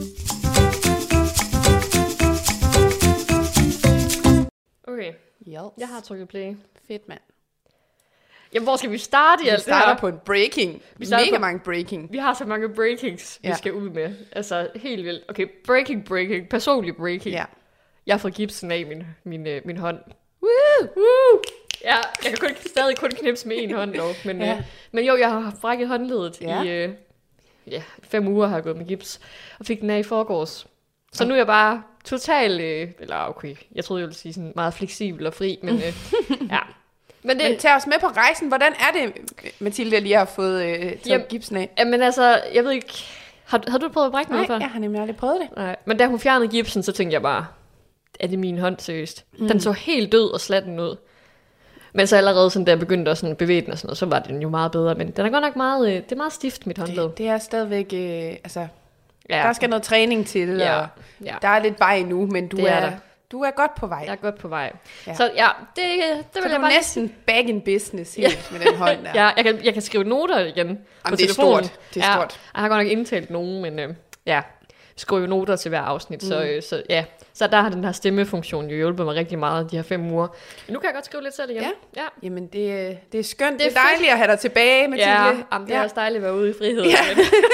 Okay,
Yes.
jeg har trykket play.
Fedt, mand.
Jamen, hvor skal vi starte i
Vi
alt det her?
starter på en breaking.
Vi starter
Mega
på-
mange breaking.
Vi har så mange breakings, vi
Ja. skal
skal ud med. Altså, helt vildt. Okay, breaking, breaking. Personlig breaking.
Ja.
Jeg har fået gipsen af min, min, øh, min hånd.
Woo!
Woo! Ja, jeg kan kun, stadig kun knipse med en hånd dog. Men,
Ja.
øh, men jo, jeg har brækket håndledet
Ja.
i øh, ja, fem uger har jeg gået med gips. Og fik den af i forgårs. Så nu er jeg bare totalt, øh, eller okay, jeg troede jeg ville sige sådan meget fleksibel og fri, men øh, ja. Men det,
Men tag os med på rejsen. Hvordan er det, Mathilde lige har fået øh, taget
Jamen,
gipsen af?
jamen altså, jeg ved ikke, har, har du prøvet at brække noget
Nej,
før?
jeg har nemlig aldrig prøvet det.
Nej, men da hun fjernede gipsen, så tænkte jeg bare, er det min hånd seriøst? Mm. Den så helt død og slatten ud. Men så allerede sådan, da jeg begyndte at sådan bevæge den og sådan noget, så var den jo meget bedre. Men den er godt nok meget, øh, det er meget stift, mit håndled.
Det, det er stadigvæk, øh, altså,
Ja.
der skal noget træning til det,
Ja,
og
ja.
der er lidt vej endnu, men du
Det er
er,
der.
Du er godt på vej.
Jeg er godt på vej.
Ja.
Så ja, det, det vil
Så
jeg
du
bare
er næsten back in business helt med den hånd der.
Ja, jeg kan, jeg kan skrive noter igen på
Jamen, det er
telefonen.
stort. Det er
ja,
stort.
Jeg har godt nok indtalt nogen, men øh, ja, skrive noter til hver afsnit. Mm. Så, øh, så ja, så der har den her stemmefunktion jo hjulpet mig rigtig meget de her fem uger. Men nu kan jeg godt skrive lidt selv igen.
Ja.
ja.
Jamen, det, det er skønt.
Det er
Det er, det er dejligt at have dig tilbage, Mathilde.
Ja, jamen, det er
ja.
også dejligt at være ude i frihed.
Ja.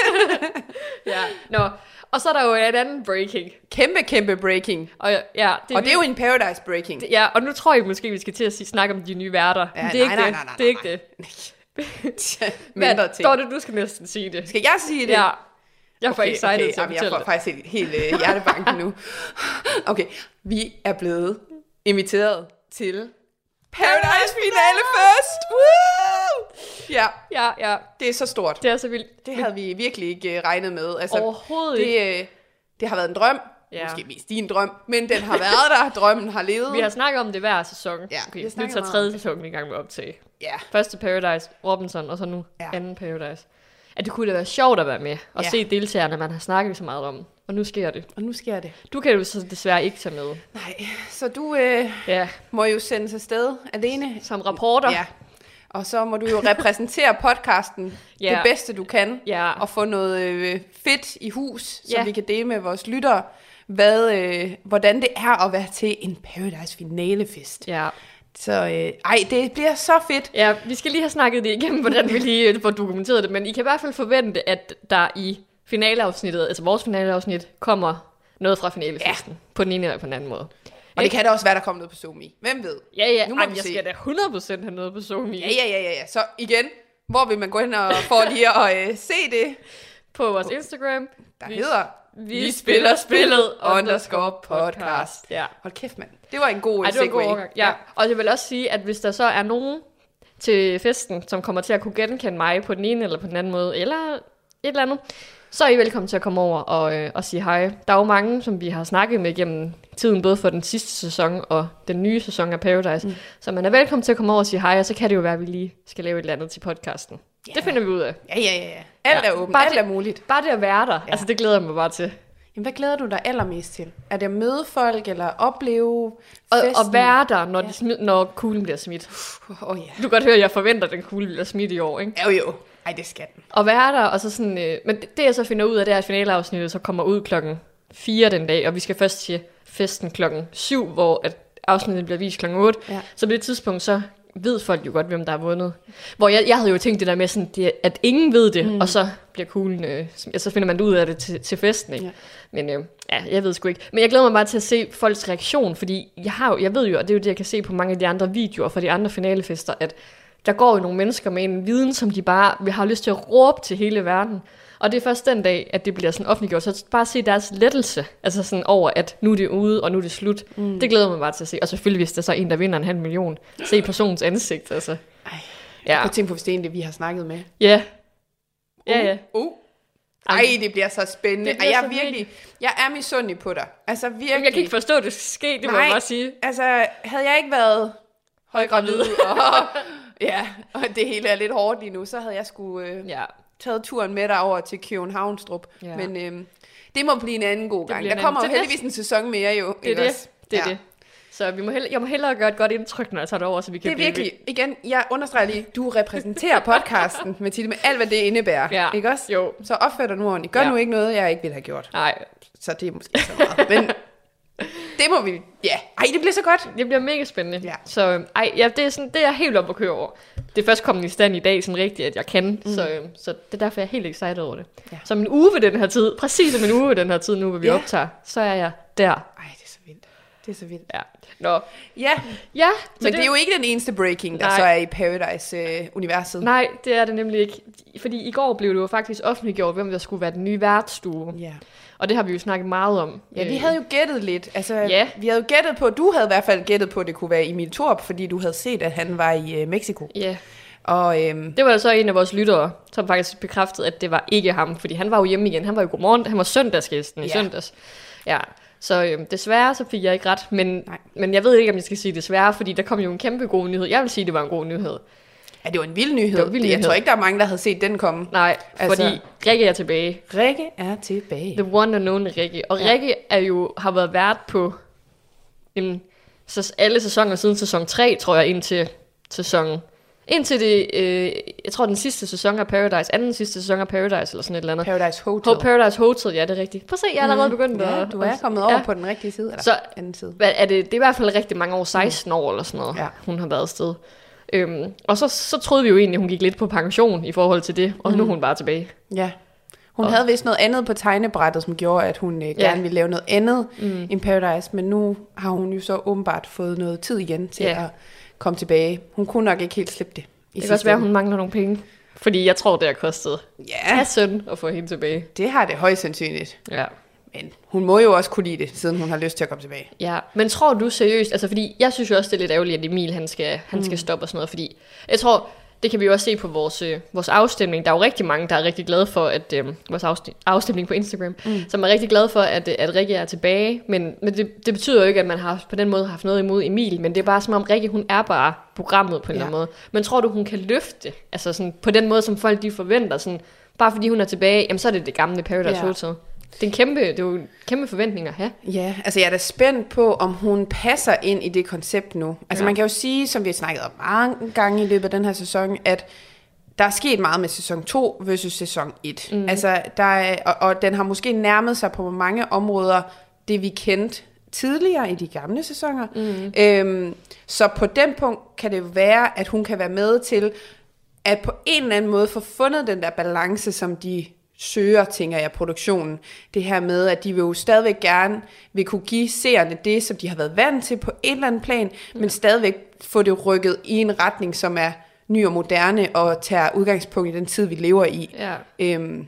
ja. Nå, og så er der jo et andet breaking.
Kæmpe, kæmpe breaking.
Og, ja,
Det og det er jo en Paradise breaking.
Det, ja, og nu tror jeg måske, vi skal til at sige, snakke om de nye værter.
Ja,
Men det er
nej,
ikke
nej,
det.
nej, nej,
Det er ikke det.
Mindre
Hvad,
ting.
Dorte, du skal næsten sige det.
Skal jeg sige det?
Ja. Jeg får
Okay,
excited
okay.
til at
Jamen, jeg
fortælle
får
det.
faktisk helt, helt uh, hjertebanken nu. Okay, vi er blevet inviteret til Paradise finale først. Woo! Ja,
Ja, ja.
det er så stort.
Det er så vildt.
Det havde vi virkelig ikke uh, regnet med. Altså,
Overhovedet ikke.
det, uh, det har været en drøm.
Ja.
Måske mest din drøm, men den har været der. Drømmen har levet.
Vi har snakket om det hver sæson.
Ja,
okay,
vi har
nu
snakket
tager
meget
tredje
om det.
sæson i gang med op til.
Ja.
Første Paradise, Robinson, og så nu
Ja.
anden Paradise. At det kunne da være sjovt at være med og
Ja.
se deltagerne, man har snakket så meget om. Og nu sker det.
Og nu sker det.
Du kan jo så desværre ikke tage med.
Nej, så du øh,
Ja,
må jo sendes afsted alene.
som rapporter.
Ja. Og så må du jo repræsentere podcasten
Ja.
det bedste du kan.
Ja.
Og få noget øh, fedt i hus, så
Ja.
vi kan dele med vores lyttere, hvad, øh, hvordan det er at være til en Paradise finalefest.
Ja.
Så øh, ej, det bliver så fedt.
Ja, vi skal lige have snakket det igennem, hvordan vi lige får dokumenteret det, men I kan i hvert fald forvente, at der i finaleafsnittet, altså vores finaleafsnit, kommer noget fra finalefesten, ja. På den ene eller på den anden måde.
Og det kan da også være, der kommer noget på SoMe. Hvem ved?
Ja, ja,
Nu må
Ej,
vi
jeg
se.
skal da hundrede procent have noget på SoMe.
Ja, ja, ja, ja, ja. Så igen, hvor vil man gå hen og få lige at øh, se det?
På vores Instagram.
Der
vi,
hedder
Vi spiller spillet
underscore podcast.
Ja.
Hold kæft, mand. Det var en god
Ej, det var en god
segue.
overgang. Ja. Og jeg vil også sige, at hvis der så er nogen til festen, som kommer til at kunne genkende mig på den ene eller på den anden måde, eller et eller andet, så er I velkommen til at komme over og, øh, og sige hej. Der er jo mange, som vi har snakket med gennem tiden, både for den sidste sæson og den nye sæson af Paradise. Mm. Så man er velkommen til at komme over og sige hej, og så kan det jo være, at vi lige skal lave et eller andet til podcasten.
Ja.
Det finder vi ud af.
Ja, ja, ja. ja. Alt
Ja.
er åbent.
Bare
Alt
det-
er muligt.
Bare det at være der,
Ja.
altså det glæder jeg mig bare til.
Jamen, hvad glæder du dig allermest til? Er det at møde folk, eller opleve
Og,
festen?
og være der, når,
Ja.
de smid, når kuglen bliver smidt.
Åh, oh, ja.
Du kan godt høre, at jeg forventer, at den kugle bliver smidt i år, ikke?
Jo, jo. Ej, det skal den.
Og være der, og så sådan... Øh, men det, det, jeg så finder ud af, det er, at finaleafsnittet så kommer ud klokken fire den dag, og vi skal først til festen klokken syv, hvor at afsnittet bliver vist klokken otte.
Ja.
Så på det tidspunkt, så ved folk jo godt, hvem der har vundet. Hvor jeg, jeg havde jo tænkt det der med, sådan, det, at ingen ved det, mm. og så bliver kuglen... Øh, så finder man det ud af det til, til festen, ikke?
Ja.
Men øh, ja, jeg ved sgu ikke. Men jeg glæder mig bare til at se folks reaktion, fordi jeg, har jo, jeg ved jo, og det er jo det, jeg kan se på mange af de andre videoer fra de andre finalefester, at der går jo nogle mennesker med en viden, som de bare vil have lyst til at råbe til hele verden. Og det er først den dag, at det bliver sådan offentliggjort. Så bare se deres lettelse, altså sådan over, at nu er det ude, og nu er det slut. Mm. Det glæder mig bare til at se. Og selvfølgelig, hvis der så er en, der vinder en halv million, se personens ansigt, altså.
Ej,
Ja,
jeg kunne tænke på, hvis det er en, det vi har snakket med.
ja. Ja, ja.
Uh. Ej, det bliver så spændende.
Det
Det
bliver
Ej, jeg,
så
er virkelig, jeg er misundelig på dig. Altså virkelig.
Jamen, jeg kan ikke forstå, at det skal ske, det må jeg bare sige.
altså havde jeg ikke været højgravid, og, ja, og det hele er lidt hårdt lige nu, så havde jeg sgu øh,
Ja.
taget turen med dig over til Københavnstrup.
Ja.
Men øh, det må blive en anden god gang.
bliver
Der
en
kommer jo
anden- det er
heldigvis en sæson mere jo.
Det er
ikke
det.
også?
Det er
Ja.
det. Så vi må hellere, jeg må hellere gøre et godt indtryk, når jeg tager det over, så vi kan
Det er
blive
virkelig, igen, jeg understreger lige, du repræsenterer podcasten, Mathilde, med alt, hvad det indebærer.
Ja.
Ikke også?
Jo.
Så opfør dig nu ordentligt. Gør
Ja.
nu ikke noget, jeg ikke ville have gjort.
Nej,
Så det er måske ikke så meget. Men det må vi, ja. Ej, det bliver så godt.
det bliver mega spændende.
Ja.
Så øhm, ej, ja, det er sådan, det er jeg helt op at køre over. Det er først kommet i stand i dag, sådan rigtigt, at jeg kan. Mm. Så, øhm, så det er derfor, jeg er helt excited over det.
Ja.
Så min uge ved den her tid, præcis som en uge ved den her tid nu, hvor vi
Ja.
optager, så er jeg der.
Ej, det er så vildt. Det er så vildt.
Ja. Nå.
Ja,
Ja,
men det, det er jo ikke den eneste breaking, der
Nej.
så er i Paradise-universet.
Nej, det er det nemlig ikke. Fordi i går blev det jo faktisk offentliggjort, hvem der skulle være den nye værtsstue.
Ja.
Og det har vi jo snakket meget om.
Ja, vi
Øh,
havde jo gættet lidt. Altså,
Ja.
vi havde jo gættet på, du havde i hvert fald gættet på, at det kunne være Emil Thorup, fordi du havde set, at han var i uh, Mexico.
Ja,
Og øhm,
det var så en af vores lyttere, som faktisk bekræftede, at det var ikke ham. Fordi han var jo hjemme igen. Han var jo godmorgen. Han var søndagsgæsten i
Ja.
søndags. Ja, så øhm, desværre så fik jeg ikke ret. Men,
Nej.
men jeg ved ikke, om jeg skal sige desværre, fordi der kom jo en kæmpe god nyhed. Jeg vil sige, det var en god nyhed.
ja, det var en vild nyhed.
Det var en vild
Det- Jeg
nyhed.
tror ikke, der er mange, der havde set den komme.
Nej,
Altså-
fordi Rikke er tilbage.
Rikke er tilbage.
The one and only Rikke. Og
Ja.
Rikke er jo, har været vært på jamen, så alle sæsoner siden sæson tre, tror jeg, indtil sæson... Indtil det, øh, jeg tror den sidste sæson af Paradise, anden sidste sæson af Paradise, eller sådan et eller andet.
Paradise Hotel.
Ho- Paradise Hotel, ja, det er rigtigt. Prøv at se, jeg er allerede begyndt
mm, ja,
at...
du er kommet over ja. på den rigtige side, eller
så,
anden side.
Hvad, er det, det er i hvert fald rigtig mange år, seksten år eller sådan noget,
ja.
hun har været afsted. Øhm, og så, så troede vi jo egentlig, at hun gik lidt på pension i forhold til det, og mm. nu er hun bare tilbage.
Ja. Hun
og.
havde vist noget andet på tegnebrættet, som gjorde, at hun øh, gerne
ja.
ville lave noget andet mm. end Paradise, men nu har hun jo så åbenbart fået noget tid igen til ja. at komme tilbage. Hun kunne nok ikke helt slippe det.
Det kan også være, at hun mangler nogle penge. Fordi jeg tror, det har kostet
ja.
kassen at få hende tilbage.
Det har det højst sandsynligt.
Ja.
Men hun må jo også kunne lide det, siden hun har lyst til at komme tilbage.
Ja, men tror du seriøst, altså fordi jeg synes jo også, det er lidt ærgerligt, at Emil han skal, han mm. skal stoppe og sådan noget, fordi jeg tror, det kan vi jo også se på vores, øh, vores afstemning. Der er jo rigtig mange, der er rigtig glade for, at øh, vores afstemning, afstemning på Instagram, mm. som er rigtig glade for, at, at Rikke er tilbage. Men, men det, det betyder jo ikke, at man har på den måde haft noget imod Emil, men det er bare som om Rikke, hun er bare programmet på en ja. eller anden måde. Men tror du, hun kan løfte, altså sådan, på den måde, som folk de forventer, sådan, bare fordi hun er tilbage, jamen så er det det gamle Paradise ja. Hotel. Det er, en kæmpe, det er jo kæmpe forventninger at have.
Ja, altså jeg er da spændt på, om hun passer ind i det koncept nu. Altså ja. man kan jo sige, som vi har snakket om mange gange i løbet af den her sæson, at der er sket meget med sæson to versus sæson et. Mm. Altså, der er, og, og den har måske nærmet sig på mange områder det, vi kendte tidligere i de gamle sæsoner. Mm. Øhm, så på den punkt kan det være, at hun kan være med til at på en eller anden måde få fundet den der balance, som de søger, tænker jeg, produktionen. Det her med, at de vil jo stadigvæk gerne vil kunne give seerne det, som de har været vant til på et eller andet plan, mm. men stadigvæk få det rykket i en retning, som er ny og moderne, og tager udgangspunkt i den tid, vi lever i.
Ja.
Øhm,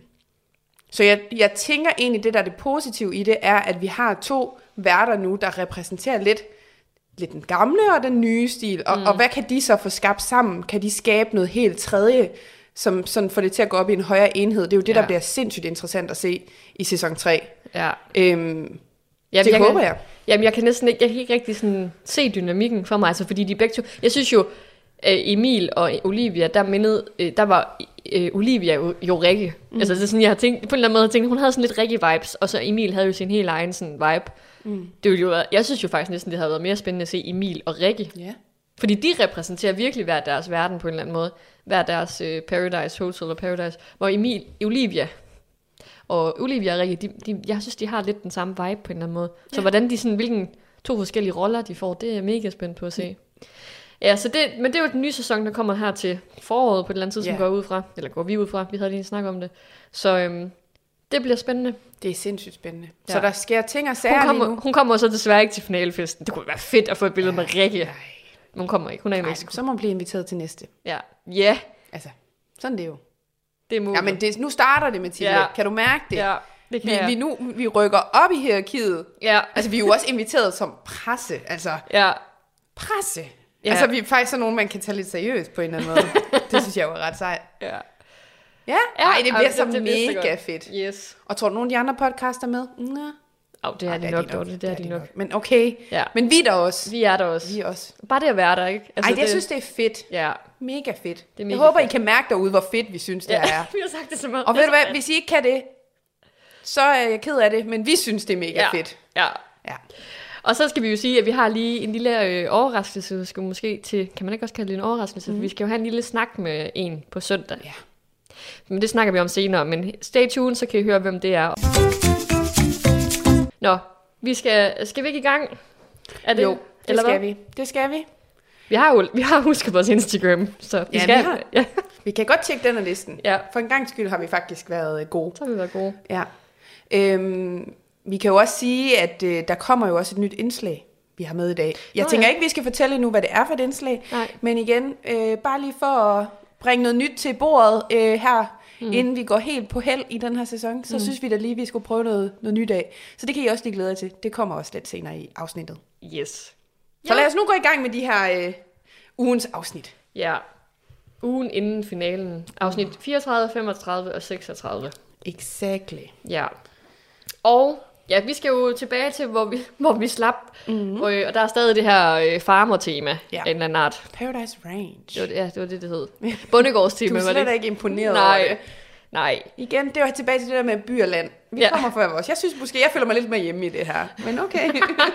så jeg, jeg tænker egentlig, det der er det positive i det, er, at vi har to værter nu, der repræsenterer lidt, lidt den gamle og den nye stil, og, mm. og hvad kan de så få skabt sammen? Kan de skabe noget helt tredje, som sådan får det til at gå op i en højere enhed? Det er jo det, ja. der bliver sindssygt interessant at se i sæson tre.
Ja.
Øhm,
jamen,
det
jeg
håber
kan,
jeg.
Jamen, jeg kan næsten ikke, jeg kan ikke rigtig sådan se dynamikken for mig, altså fordi de begge to, jeg synes jo, Emil og Olivia, der mindede, der var Olivia jo, jo Rikke. Mm. Altså det er sådan, jeg har tænkt, på en eller anden måde har tænkt, hun havde sådan lidt Rikke-vibes, og så Emil havde jo sin helt egen sådan vibe. Mm. Det ville jo være, jeg synes jo faktisk næsten, det havde været mere spændende at se Emil og Rikke. Yeah. Fordi de repræsenterer virkelig hver deres verden på en eller anden måde. Hver deres uh, Paradise Hotel og Paradise. Hvor Emil, Olivia og Olivia og Rikke, de, de, jeg synes, de har lidt den samme vibe på en eller anden måde. Yeah. Så hvordan de sådan, hvilken to forskellige roller de får, det er jeg mega spændt på at se. Mm. Ja, så det, men det er jo den nye sæson, der kommer her til foråret på et eller andet tidspunkt, yeah. går ud fra. Eller går vi ud fra, vi havde lige snakket om det. Så øhm, det bliver spændende.
Det er sindssygt spændende. Ja. Så der sker ting og
sager
hun
kommer,
lige nu.
Hun kommer så desværre ikke til finalefesten. Det kunne være fedt at få et billede ja, med Rikke. Nej. Men hun kommer ikke, hun er i Mexico.
Så må hun blive inviteret til næste.
Ja. Ja. Yeah.
Altså, sådan det er jo.
Det er muligt.
Ja, men det, nu starter det, Mathilde. Ja. Kan du mærke det?
Ja, det kan
vi,
jeg.
Vi, nu, vi rykker op i hierarkiet.
Ja.
Altså, vi er jo også inviteret som presse. Altså,
ja.
Presse.
Ja.
Altså, vi er faktisk sådan nogen, man kan tage lidt seriøst på en eller anden måde. Det synes jeg jo er ret sejt.
Ja.
Ja? Ej, det bliver
det,
så
det, det
mega fedt.
Yes.
Og tror du, nogle af de andre podcaster med?
Nå. Oh, det er Ej, de nok, nok. Det, det er de nok. nok.
Men okay.
Ja.
Men vi er der også.
Vi er der også.
Vi er også.
Bare det at være der, ikke?
Altså, Ej, det, jeg synes, det er fedt.
Ja.
Mega fedt.
Det er mega
jeg håber,
fedt.
I kan mærke derude, hvor fedt vi synes, det
ja.
er.
Vi har sagt det så meget.
Og ved du hvad, hvis I ikke kan det, så er jeg ked af det, men vi synes, det er mega
ja.
fedt.
Ja.
Ja.
Og så skal vi jo sige, at vi har lige en lille øh, overraskelse, vi skal måske til, kan man ikke også kalde det en overraskelse? Mm. Vi skal jo have en lille snak med en på søndag.
Ja.
Men det snakker vi om senere, men stay tuned, så kan I høre, hvem det er. Nå, vi skal, skal vi ikke i gang? Er det,
jo, det
eller
skal
hvad?
vi. Det skal vi.
Vi har jo vi har husket vores Instagram, så vi
ja,
skal.
Vi, har. Ja. Vi kan godt tjekke den af listen.
Ja.
For en gang skyld har vi faktisk været gode.
Så har vi været gode.
Ja. Øhm, vi kan jo også sige, at øh, der kommer jo også et nyt indslag, vi har med i dag. Jeg Nå, tænker ja. ikke, vi skal fortælle nu, hvad det er for et indslag.
Nej.
Men igen, øh, bare lige for at bringe noget nyt til bordet øh, her, mm. inden vi går helt på held i den her sæson, så mm. synes vi da lige, vi skulle prøve noget, noget nyt af. Så det kan I også lige glæde jer til. Det kommer også lidt senere i afsnittet.
Yes.
Så ja. lad os nu gå i gang med de her øh, ugens afsnit.
Ja. Ugen inden finalen. Afsnit fireogtredive, femogtredive og seksogtredive.
Exactly.
Ja. Og ja, vi skal jo tilbage til, hvor vi, hvor vi slap. Mm-hmm. Og, og der er stadig det her øh, farmer-tema. Ja. En eller anden art.
Paradise Range.
Det var, ja, det var det, det hed. Bondegårdstema.
Du er slet
var det?
ikke imponeret
Nej.
over det.
Nej.
Igen, det var tilbage til det der med by og land. Vi ja. kommer før vores. Jeg synes måske, jeg føler mig lidt mere hjemme i det her. Men okay.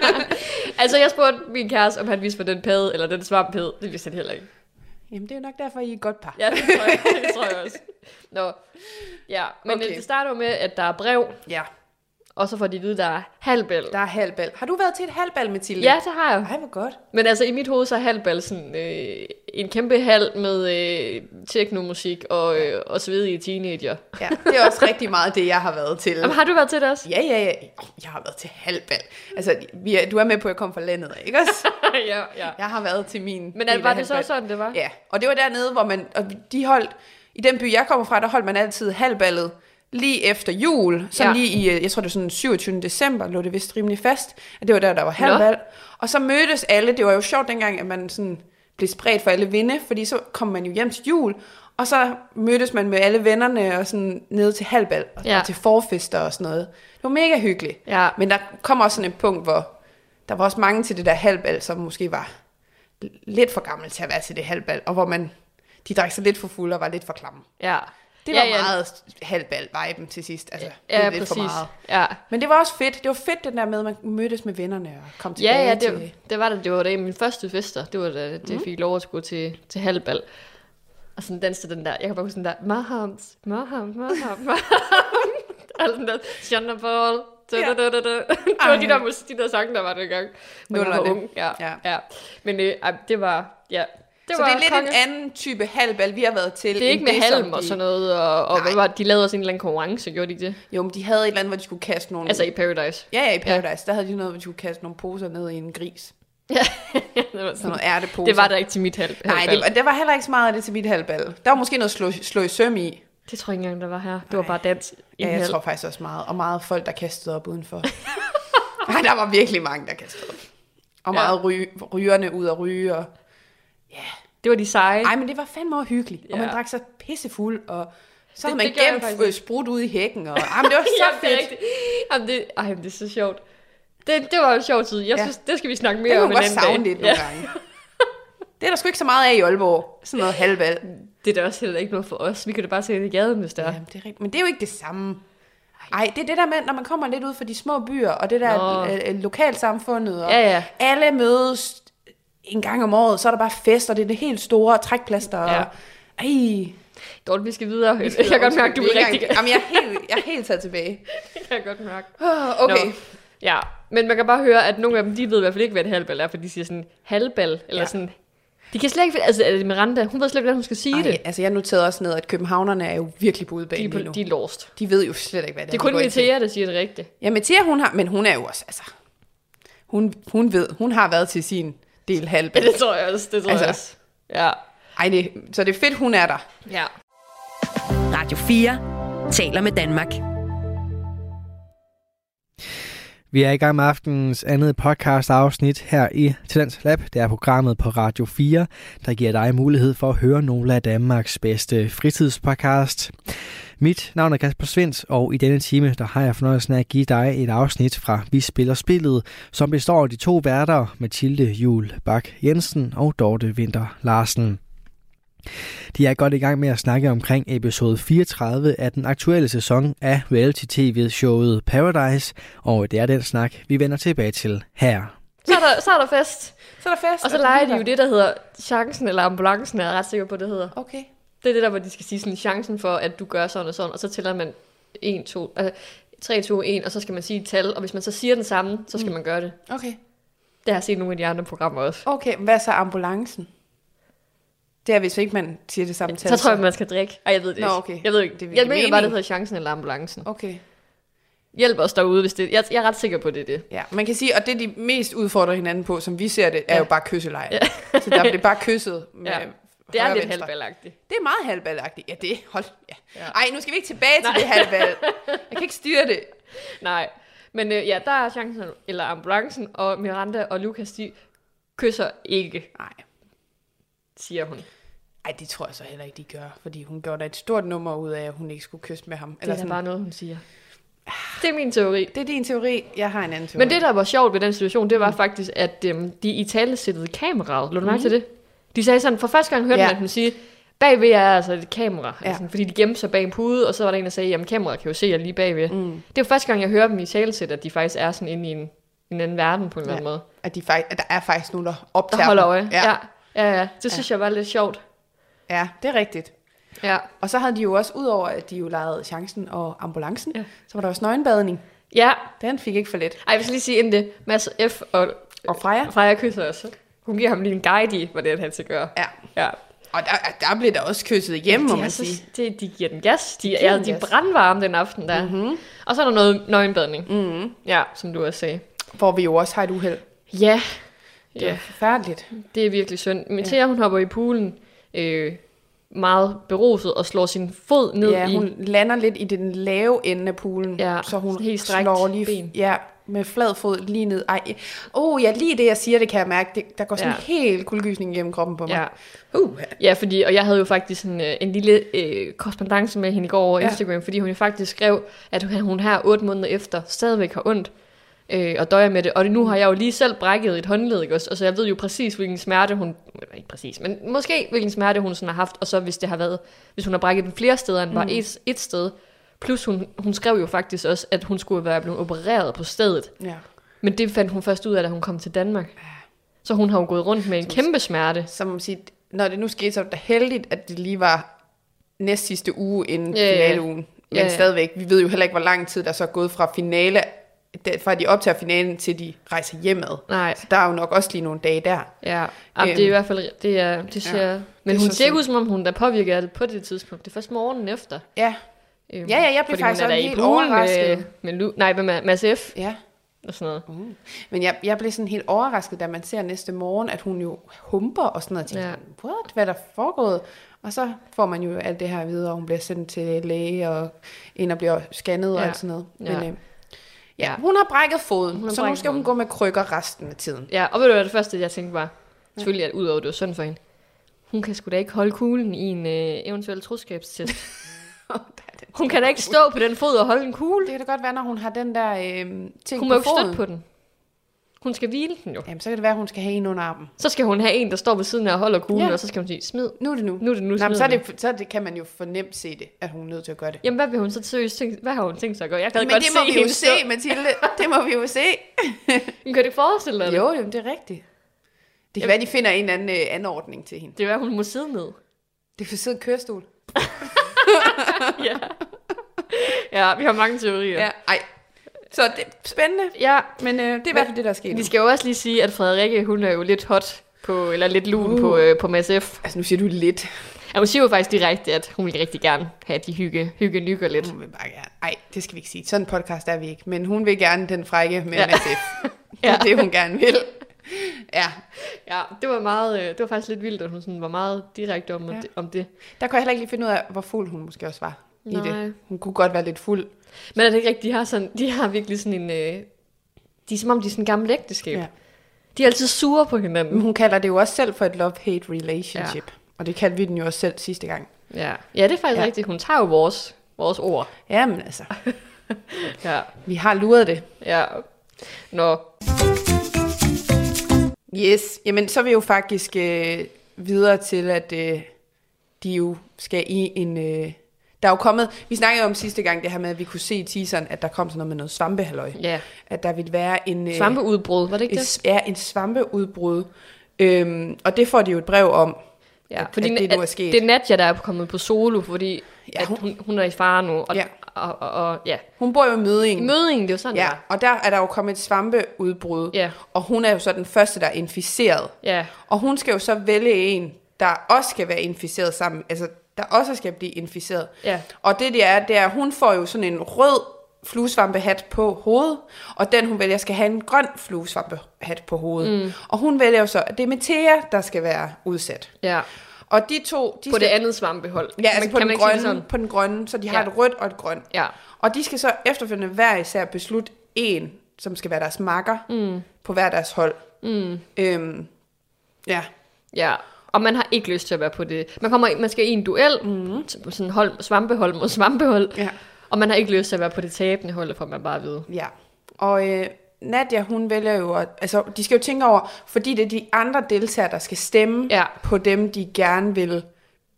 Altså, jeg spurgte min kæreste, om han vidste, hvad den padde eller den svamp hed. Det vidste han heller ikke.
Jamen, det er nok derfor, I er et godt par.
Ja, det tror jeg, det tror jeg også. Nå. Ja, men okay. Det starter med, at der er brev.
Ja.
Og så får de at vide, der er halvbal.
Der er halvbal. Har du været til et halvbal, Mathilde?
Ja, det har jeg.
Ej, hvor godt.
Men altså, i mit hoved, så er halvbal sådan øh, en kæmpe hal med øh, teknomusik og, øh, og svedige teenager. Ja,
det er også rigtig meget det, jeg har været til.
Jamen, har du været til det også?
Ja, ja, ja. Jeg har været til halvbal. Altså, vi er, du er med på, at jeg kom fra landet, ikke også?
ja, ja.
Jeg har været til min
Men var det så sådan, det var?
Ja, og det var dernede, hvor man, og de holdt, i den by, jeg kommer fra, der holdt man altid halvballet lige efter jul, så ja. lige i, jeg tror det var sådan syvogtyvende december, lå det vist rimelig fast, at det var der, der var halvbal. Og så mødtes alle, det var jo sjovt dengang, at man sådan blev spredt for alle vinde, fordi så kom man jo hjem til jul, og så mødtes man med alle vennerne og sådan nede til halvbal, og ja. til forfester og sådan noget. Det var mega hyggeligt. Ja. Men der kom også sådan et punkt, hvor der var også mange til det der halvbal, som måske var lidt for gammel til at være til det halvbal, og hvor man, de drak sig lidt for fulde og var lidt for klamme.
Ja.
Det var
ja, ja.
meget halvbal-viben til sidst. Altså,
ja, ja,
lidt
præcis.
For meget.
Ja.
Men det var også fedt. Det var fedt, den der med, at man mødtes med vennerne og kom tilbage
ja, ja, det,
til...
det var det. Det var da min første fester. Det var da det mm. fik lov at gå til, til halvbal. Og sådan danste den der, jeg kan bare huske den der, Mahams, Maham, Maham, Maham. Og sådan der, Shonaball. Det var de der, musik, de der sange, der var det i gang. Når jeg var ung. Ja, ja. ja. Men øh, det var, ja... Det
så det er lidt konge. En anden type halvbal, vi har været til.
Det er ikke med det, halm de... og sådan noget, og, og hvad var, de lavede også en eller anden konkurrence, gjorde de ikke det?
Jo, men de havde et eller andet, hvor de skulle kaste nogle...
Altså i Paradise?
Ja, ja, i Paradise. Ja. Der havde de noget, hvor de skulle kaste nogle poser ned i en gris. Ja, det var sådan, sådan noget ærteposer.
Det var der ikke til mit halv, halvbal.
Nej, det var, det var heller ikke så meget af det til mit halvbal. Der var måske noget slå, slå i søm i.
Det tror jeg ikke engang, der var her. Det var bare dans.
Ja, jeg halv. tror faktisk også meget. Og meget folk, der kastede op udenfor. Nej, der var virkelig mange, der kastede op. Og meget ja. ry, rygerne ud at ryge. Og... ja.
Det var de seje.
Nej, men det var fandme hyggeligt. Ja. Og man drak sig pissefuld, og så havde man gemt f- sprut ude i hækken. Og, jamen, det var så
ja,
fedt.
Det jamen, det, ej, det er så sjovt. Det, det var en sjov tid. Jeg ja. synes, det skal vi snakke mere
det
om en anden dag.
Det kunne godt savne lidt nogle ja. gange. Det er der sgu ikke så meget af i Aalborg. Sådan noget halvvalg.
Det er da også heller ikke noget for os. Vi kan da bare se det i gaden, hvis det er.
Jamen, det er rigtigt. Men det er jo ikke det samme. Ej, det er det der med, når man kommer lidt ud fra de små byer, og det der øh, lokalsamfundet, og ja, ja. alle mødes en gang om året, så er der bare fester, det er det helt store trækplaster. Ja. Og, ej.
Dorte, vi skal videre. Jeg kan godt mærke, du er rigtig...
Jamen, jeg er helt, jeg er helt taget tilbage.
Det kan jeg godt mærke.
Oh, okay. Nå.
Ja, men man kan bare høre, at nogle af dem, de ved i hvert fald ikke, hvad det halvbal er, for de siger sådan halvbal, eller ja. sådan... De kan slet ikke... Altså, er det Miranda? Hun ved slet ikke, hvordan hun skal sige Ej, det.
Altså, jeg noterede også ned, at københavnerne er jo virkelig på udebane
lige nu. De er lost.
De ved jo slet ikke, hvad det er.
Det er kun Metea, der siger det rigtigt.
Ja, Metea, hun har... Men hun er jo også... Altså, hun, hun ved... Hun har været til sin del halvbal.
Ja, det tror jeg også. Det tror altså, jeg også. Ja.
Ej, det, så det er fedt, hun er der.
Ja.
Radio fire taler med Danmark.
Vi er i gang med aftenens andet podcast-afsnit her i Talents Lab. Det er programmet på Radio fire, der giver dig mulighed for at høre nogle af Danmarks bedste fritidspodcast. Mit navn er Kasper Svinds, og i denne time der har jeg fornøjelsen af at give dig et afsnit fra Vi Spiller Spillet, som består af de to værter, Mathilde Juel Bak Jensen og Dorte Winther Larsen. De er godt i gang med at snakke omkring episode fireogtredive af den aktuelle sæson af reality-tv-showet Paradise, og det er den snak, vi vender tilbage til her.
Så er der, så er der fest.
Så er der fest.
Og så leger de jo det, der hedder chancen eller ambulancen, er jeg ret sikker på, det hedder.
Okay.
Det er det der, hvor de skal sige sådan chancen for, at du gør sådan og sådan, og så tæller man en, to, altså tre, to, en, og så skal man sige et tal, og hvis man så siger den samme, så skal mm. man gøre det.
Okay.
Det har jeg set nogle af de andre programmer også.
Okay, hvad er så ambulancen? Det er, hvis ikke man siger det samme tal.
Så tror jeg, man skal drikke. Ej, jeg ved det
Nå,
ikke.
okay.
Jeg ved ikke. Det jeg mener bare, det hedder chancen eller ambulancen.
Okay.
Hjælp os derude, hvis det... Jeg, jeg er ret sikker på, det er det.
Ja, man kan sige, og det de mest udfordrer hinanden på, som vi ser det, er ja. jo bare kysseleje. Ja. Så der bliver bare kysset med ja.
Det er lidt halvballagtigt.
Det er meget halvballagtigt. Ja, det hold. Ja. Ja. Ej, nu skal vi ikke tilbage til Nej. det halvball. Jeg kan ikke styre det.
Nej, men øh, ja, der er chancen eller ambulancen, og Miranda og Lukas, de kysser ikke.
Nej.
Siger hun.
Ej, det tror jeg så heller ikke, de gør. Fordi hun gjorde da et stort nummer ud af, at hun ikke skulle kysse med ham.
Det er sådan bare noget, hun siger. Det er min teori.
Det er din teori. Jeg har en anden teori.
Men det, der var sjovt ved den situation, det var mm. faktisk, at øhm, de i tale sættede kameraet. Lå du mærke mm. til det? De sagde sådan, for første gang hørte ja. man hun sige, bagved er altså et kamera,
Ja.
altså, fordi de gemte sig bag en pude, og så var der en, der sagde, jamen kameraet kan jo se jer lige bagved. Mm. Det er jo første gang, jeg hører dem i talesæt, at de faktisk er sådan inde i en, en anden verden på en eller anden måde.
At, de faktisk, at der er faktisk nogen, der optager
Der holder
dem.
øje. Ja, ja, ja. Det synes ja. jeg var lidt sjovt.
Ja, det er rigtigt.
Ja.
Og så havde de jo også, udover at de jo legede Chancen og Ambulancen,
Ja.
så var der også nøgenbadning.
Ja.
Den fik ikke for let.
Ej, jeg vil lige sige inden det, Mads F. og,
Og Freja.
Freja kysser også. Hun giver ham lige en guide i, hvordan han skal gøre.
Ja.
Ja.
Og der, der blev der også kysset igennem, må
de,
man
så,
sige.
det, de giver den gas. De,
giver
ja,
den
de er
gas.
brandvarme den aften der. Mm-hmm. Og så er der noget nøgenbadning.
Mm-hmm.
Ja, som du også sagde.
Hvor vi jo også har et uheld.
Ja.
Det er
Ja,
forfærdeligt.
det er virkelig synd. Men Thea, hun hopper i poolen øh, meget beruset og slår sin fod ned
Ja,
i...
hun lander lidt i den lave ende af poolen.
Ja,
så hun
helt strækt
slår lige
ben.
Ja, med flad fod lige ned. Ej, oh, ja, lige det jeg siger, det kan jeg mærke. Det, der går sådan
Ja.
en helt kuldegysning igennem kroppen på mig.
Ja.
Uh.
Ja, fordi, og jeg havde jo faktisk en, øh, en lille øh, korrespondance med hende i går over
Ja.
Instagram, fordi hun jo faktisk skrev, at hun, hun her otte måneder efter stadigvæk har ondt øh, og døjer med det. Og nu har jeg jo lige selv brækket et håndled, ikke også? Altså jeg ved jo præcis, hvilken smerte hun... Ikke præcis, men måske hvilken smerte hun sådan har haft. Og så hvis det har været... Hvis hun har brækket den flere steder end bare mm. et, et sted. Plus hun, hun skrev jo faktisk også, at hun skulle være blevet opereret på stedet.
Ja.
Men det fandt hun først ud af, da hun kom til Danmark. Så hun har jo gået rundt med en kæmpe smerte.
Så må man sige, når det nu skete, så var det da heldigt, at det lige var næst sidste uge inden
Ja, ja.
finaleugen. Men
Ja, ja.
stadigvæk, vi ved jo heller ikke, hvor lang tid der så er gået fra finale, fra de optager finalen, til de rejser hjemad.
Nej.
Så der er jo nok også lige nogle dage der.
Ja, Jamen, det er i hvert fald, det er, det ser,
Ja,
ja, men
det er
hun
så
ser ikke
synd.
ud, som om hun er påvirket af det på det tidspunkt. Det er først morgenen efter.
Ja,
Øhm,
Ja, ja, jeg blev
fordi
faktisk
hun er
også
der i
helt
poolen
overrasket.
Med, med Lu, nej, med Mads F.
ja.
og sådan noget.
Mm. Men jeg, jeg blev sådan helt overrasket, da man ser næste morgen, at hun jo humper og sådan noget. Jeg tænkte,
Ja.
what? Hvad er der foregået? Og så får man jo alt det her videre, og hun bliver sendt til læge, og ind og bliver scannet og
Ja.
alt sådan noget. Men
Ja.
øh, ja,
Ja.
hun har brækket foden,
Hun har
så nu
brækket
skal hun
foden.
gå med krykker resten af tiden.
Ja, og ved du hvad det første, jeg tænkte var? Selvfølgelig, at udover det var synd for hende. Hun kan sgu da ikke holde kuglen i en øh, eventuel troskabstest. Hun kan da ikke stå på den fod og holde en kugle.
Det kan da godt være, når hun har den der øh, ting
Hun må
på
jo ikke
foden.
støtte på den. Hun skal hvile den jo.
Jamen, så kan det være, at hun skal have en under armen.
Så skal hun have en, der står ved siden af og holder kuglen,
Ja.
og så skal hun sige, smid.
Nu er det nu.
Nu er det nu,
Nå, men
smid
så, er
den.
det, så er det, kan man jo fornemt se det, at hun er nødt til at gøre det.
Jamen, hvad vil hun så seriøst tænke, hvad har hun tænkt sig at gøre? Jeg kan
Men
godt
det må
se
vi jo
hende
se,
stå.
Mathilde. Det må vi jo se.
Men kan du ikke forestille dig det?
Jo, jo, det er rigtigt. Det kan være, de finder en eller anden øh, anordning til hende.
Det er, at hun må sidde ned.
Det kan sidde i kørestol.
ja. ja, vi har mange teorier.
Ja, ej. Så det er spændende.
ja.
Men øh, det er i hvert fald det, der er sket.
Vi skal jo også lige sige, at Frederikke, hun er jo lidt hot på, eller lidt lun uh. på, øh, på Mads F.
Altså, nu siger du lidt.
Ja, hun siger jo faktisk direkte, at hun vil rigtig gerne have de hygge, hygge nykker lidt.
Hun vil bare gerne. Ej, det skal vi ikke sige. Sådan en podcast er vi ikke. Men hun vil gerne den frække med
Ja.
Mads F. Det
Ja.
er det, hun gerne vil. Ja.
Ja, det var meget, øh, det var faktisk lidt vildt, at hun sådan var meget direkte om,
Ja.
ja. om det.
Der kunne jeg heller ikke lige finde ud af, hvor fuld hun måske også var i
Nej.
det. Hun kunne godt være lidt fuld.
Men er det ikke rigtigt, de har, sådan, de har virkelig sådan en, øh, de er som om de er sådan en gammel ægteskab.
Ja.
De er altid sure på hinanden.
Men hun kalder det jo også selv for et love-hate relationship. Ja. Og det kaldte vi den jo også selv sidste gang.
Ja, ja det er faktisk
Ja.
ja. rigtigt. Hun tager jo vores, vores ord.
Jamen altså,
Ja,
vi har luret det.
ja. Nå,
Yes, jamen så er vi jo faktisk øh, videre til, at øh, de jo skal i en... Øh, der er jo kommet... Vi snakkede om sidste gang det her med, at vi kunne se i teaseren, at der kom sådan noget med noget svampehalløj.
ja.
At der ville være en... Øh,
Svampeudbrud, var det ikke det?
et, ja, en svampeudbrud. Øhm, og det får de jo et brev om,
Ja,
at,
fordi
at det nu er sket.
det er Nadja, der er kommet på solo, fordi
Ja,
ja,
hun-
at hun, hun er i fare nu. Og,
Ja.
ja. og, og, og, ja.
Hun bor jo i Mødingen.
Mødingen, det er jo sådan,
Ja,
der.
og der er der jo kommet et svampeudbrud.
Ja.
Og hun er jo så den første, der er inficeret.
Ja,
Og hun skal jo så vælge en, der også skal være inficeret sammen. Altså, der også skal blive inficeret.
ja.
Og det, det er, det er, at hun får jo sådan en rød fluesvampehat på hovedet, og den, hun vælger, skal have en grøn fluesvampehat på hovedet. Mm. Og hun vælger jo så, at det er Metea, der skal være udsat.
ja.
Og de to... De
På
skal,
det andet svampehold.
Ja, altså
Men
på
kan
den,
man ikke sige det
grønne,
sådan?
på den grønne, så de har
Ja.
et rødt og et grønt.
Ja,
Og de skal så efterfølgende hver især beslutte en, som skal være deres makker mm. på hver deres hold. Mm. Øhm, ja.
ja. Og man har ikke lyst til at være på det. Man, kommer, man skal i en duel, mm. sådan hold, svampehold mod svampehold.
Ja.
Og man har ikke lyst til at være på det tabende hold, for man bare ved.
Ja, og øh, Nadja, hun vælger jo, at, altså de skal jo tænke over, fordi det er de andre deltagere, der skal stemme
Ja.
på dem, de gerne vil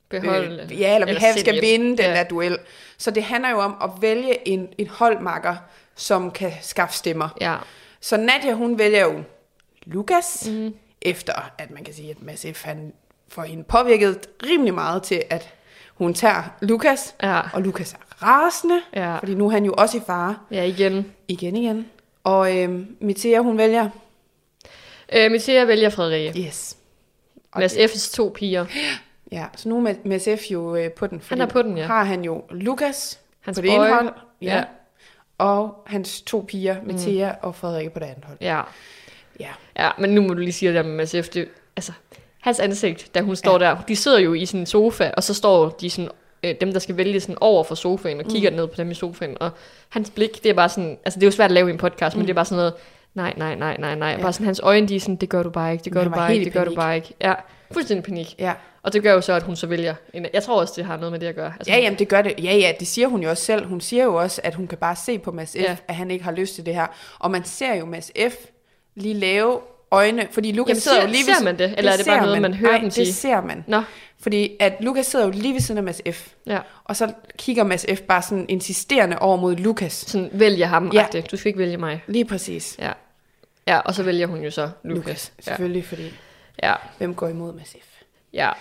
beholde.
Øh, ja, eller vi have, skal
selv.
vinde den
Ja.
der duel. Så det handler jo om at vælge en, en holdmakker, som kan skaffe stemmer.
Ja.
Så Nadia, hun vælger jo Lukas, mm. efter at man kan sige, at Mads F. han får hende påvirket rimelig meget til, at hun tager Lukas,
Ja.
og Lukas er rasende,
Ja.
fordi nu er han jo også i fare.
Ja, igen.
Igen, igen. Og øh, Mittea, hun vælger...
Øh, Mittea vælger Frederikke.
Yes. Og
Mads
det-
F's to piger.
Ja, så nu er Mads F. jo øh, på den.
Han er på den, ja.
Har han jo Lukas
Hans
på det
boy.
ene hold, ja.
Ja.
Og hans to piger, Mittea mm. og Frederikke på det andet hold.
Ja.
Ja.
Ja, men nu må du lige sige det der med Mads F. Det, altså, hans ansigt, da hun står ja. der, de sidder jo i sådan en sofa, og så står de sådan, øh, dem der skal vælge sådan over for sofaen, og kigger mm. ned på dem i sofaen, og hans blik, det er bare sådan, altså det er jo svært at lave i en podcast, mm. men det er bare sådan noget, nej, nej, nej, nej, nej, ja. bare sådan hans øjne, de er sådan, det gør du bare ikke, det gør
Han
du
var
bare
helt
ikke,
i
det gør du
panik.
bare ikke. Ja, fuldstændig panik.
Ja.
Og det gør jo så, at hun så vælger, en, jeg tror også, det har noget med det at gøre. Altså,
Ja, jamen det gør det. Ja, ja, det siger hun jo også selv. Hun siger jo også, at hun kan bare se på Mads F.,
Ja.
at han ikke har lyst til det her. Og man ser jo Mads F. lige lave øjne, fordi Lukas
Jamen,
sidder
ser-
jo lige
ser
ved...
man det? Eller er det bare
ser
noget, man hører
Nej,
dem
det
sige?
ser man.
Nå,
Fordi at Lukas sidder jo lige ved siden af Mads F.
ja.
Og så kigger Mads F. bare sådan insisterende over mod Lukas.
Sådan, vælger ham,
Ja.
ja. Du skal ikke vælge mig.
Lige præcis.
Ja. Ja, og så vælger hun jo så Lukas.
Lukas,
Ja.
selvfølgelig, fordi
Ja.
hvem går imod Mads F?
Ja.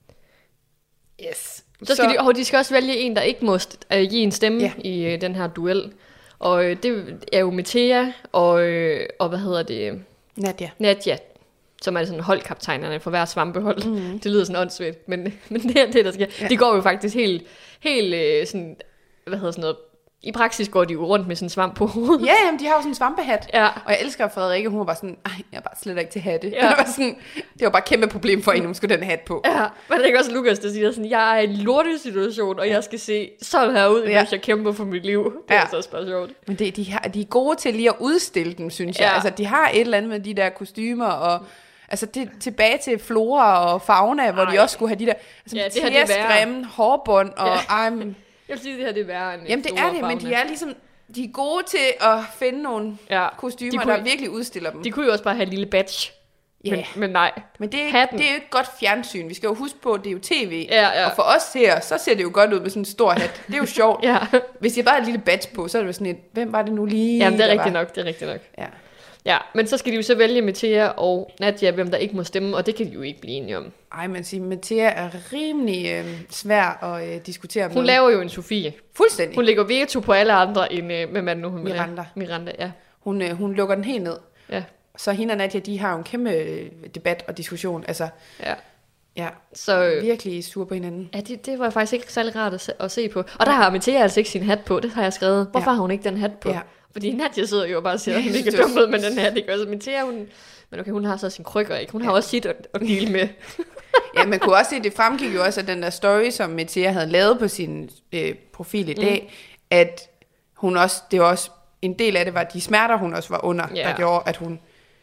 Yes.
Så skal så... de, og de skal også vælge en, der ikke må st- øh, give en stemme
Ja.
ja. i øh, den her duel. Og øh, det er jo Mittea og, øh, og hvad hedder det,
Nadia.
Nadia, som er sådan holdkaptajnerne for hver svampehold. Mm. Det lyder sådan åndssvagt, men, men det er det, der sker.
Ja.
Ja. De går jo faktisk helt, helt øh, sådan, hvad hedder sådan noget, i praksis går de jo rundt med sådan en svamp på hovedet.
Ja, jamen, de har jo sådan en svampehat.
Ja.
Og jeg elsker Frederikke, hun var bare sådan, ej, jeg er bare slet ikke til hatte.
Ja.
Det, var sådan, det var bare et kæmpe problem for hende, hun skulle den hat på.
Ja, men det er ikke også Lukas, der siger sådan, jeg er i en lortesituation, og jeg skal se sådan her ud,
Ja.
mens jeg kæmper for mit liv. Det er
Ja.
altså også bare sjovt.
Men det, de, har, de er gode til lige at udstille dem, synes jeg.
Ja.
Altså, de har et eller andet med de der kostymer, og altså, det, tilbage til flora og fauna, hvor Ej. de
Ej.
også skulle have de der altså,
Ja, det her, det er værre.
grimme hårbånd, og
Ja.
ej, men,
Jeg vil sige, at det her det er værre end
jamen, det er det, men de er ligesom, de er gode til at finde nogle
ja.
kostymer,
de kunne,
der virkelig udstiller dem.
De kunne jo også bare have en lille badge.
Ja.
Men, men nej.
Men det er,
Hatten.
det er jo ikke godt fjernsyn. Vi skal jo huske på, at det er jo tv.
Ja, ja.
Og for os her, så ser det jo godt ud med sådan en stor hat. Det er jo sjovt.
Ja.
Hvis jeg bare har et lille badge på, så er det jo sådan et, hvem var det nu lige?
Jamen, det er
der
rigtigt
var?
nok, det er rigtigt nok.
Ja.
Ja, men så skal de jo så vælge Mittea og Nadia, hvem der ikke må stemme, og det kan de jo ikke blive enige om.
Ej, man siger, Mittea er rimelig øh, svær at øh, diskutere med.
Hun laver jo en Sofie.
Fuldstændig.
Hun lægger veto på alle andre end, øh, hvem er det nu, hun vil have?
Miranda.
Miranda, ja.
Hun, øh, hun lukker den helt ned.
Ja,
Så hende og Nadia, de har jo en kæmpe øh, debat og diskussion. Altså,
ja.
ja,
Så øh,
virkelig sure på hinanden.
ja, det, det var faktisk ikke særlig rart at se, at se på. Og der har Mittea altså ikke sin hat på, det har jeg skrevet. Hvorfor
Ja.
har hun ikke den hat på?
Ja.
Fordi Nadia sidder jo bare og siger, at hun
Jeg
ikke
synes,
er
det
dum ud med den her. Det gør så Mittea, hun... Men okay, hun har så sin krykker, ikke? Hun har også sit at, at deal med.
Ja, man kunne også se, det fremgik jo også af den der story, som Mittea havde lavet på sin øh, profil i dag, mm. at hun også, det var også, en del af det var de smerter, hun også var under,
Ja.
der gjorde, at hun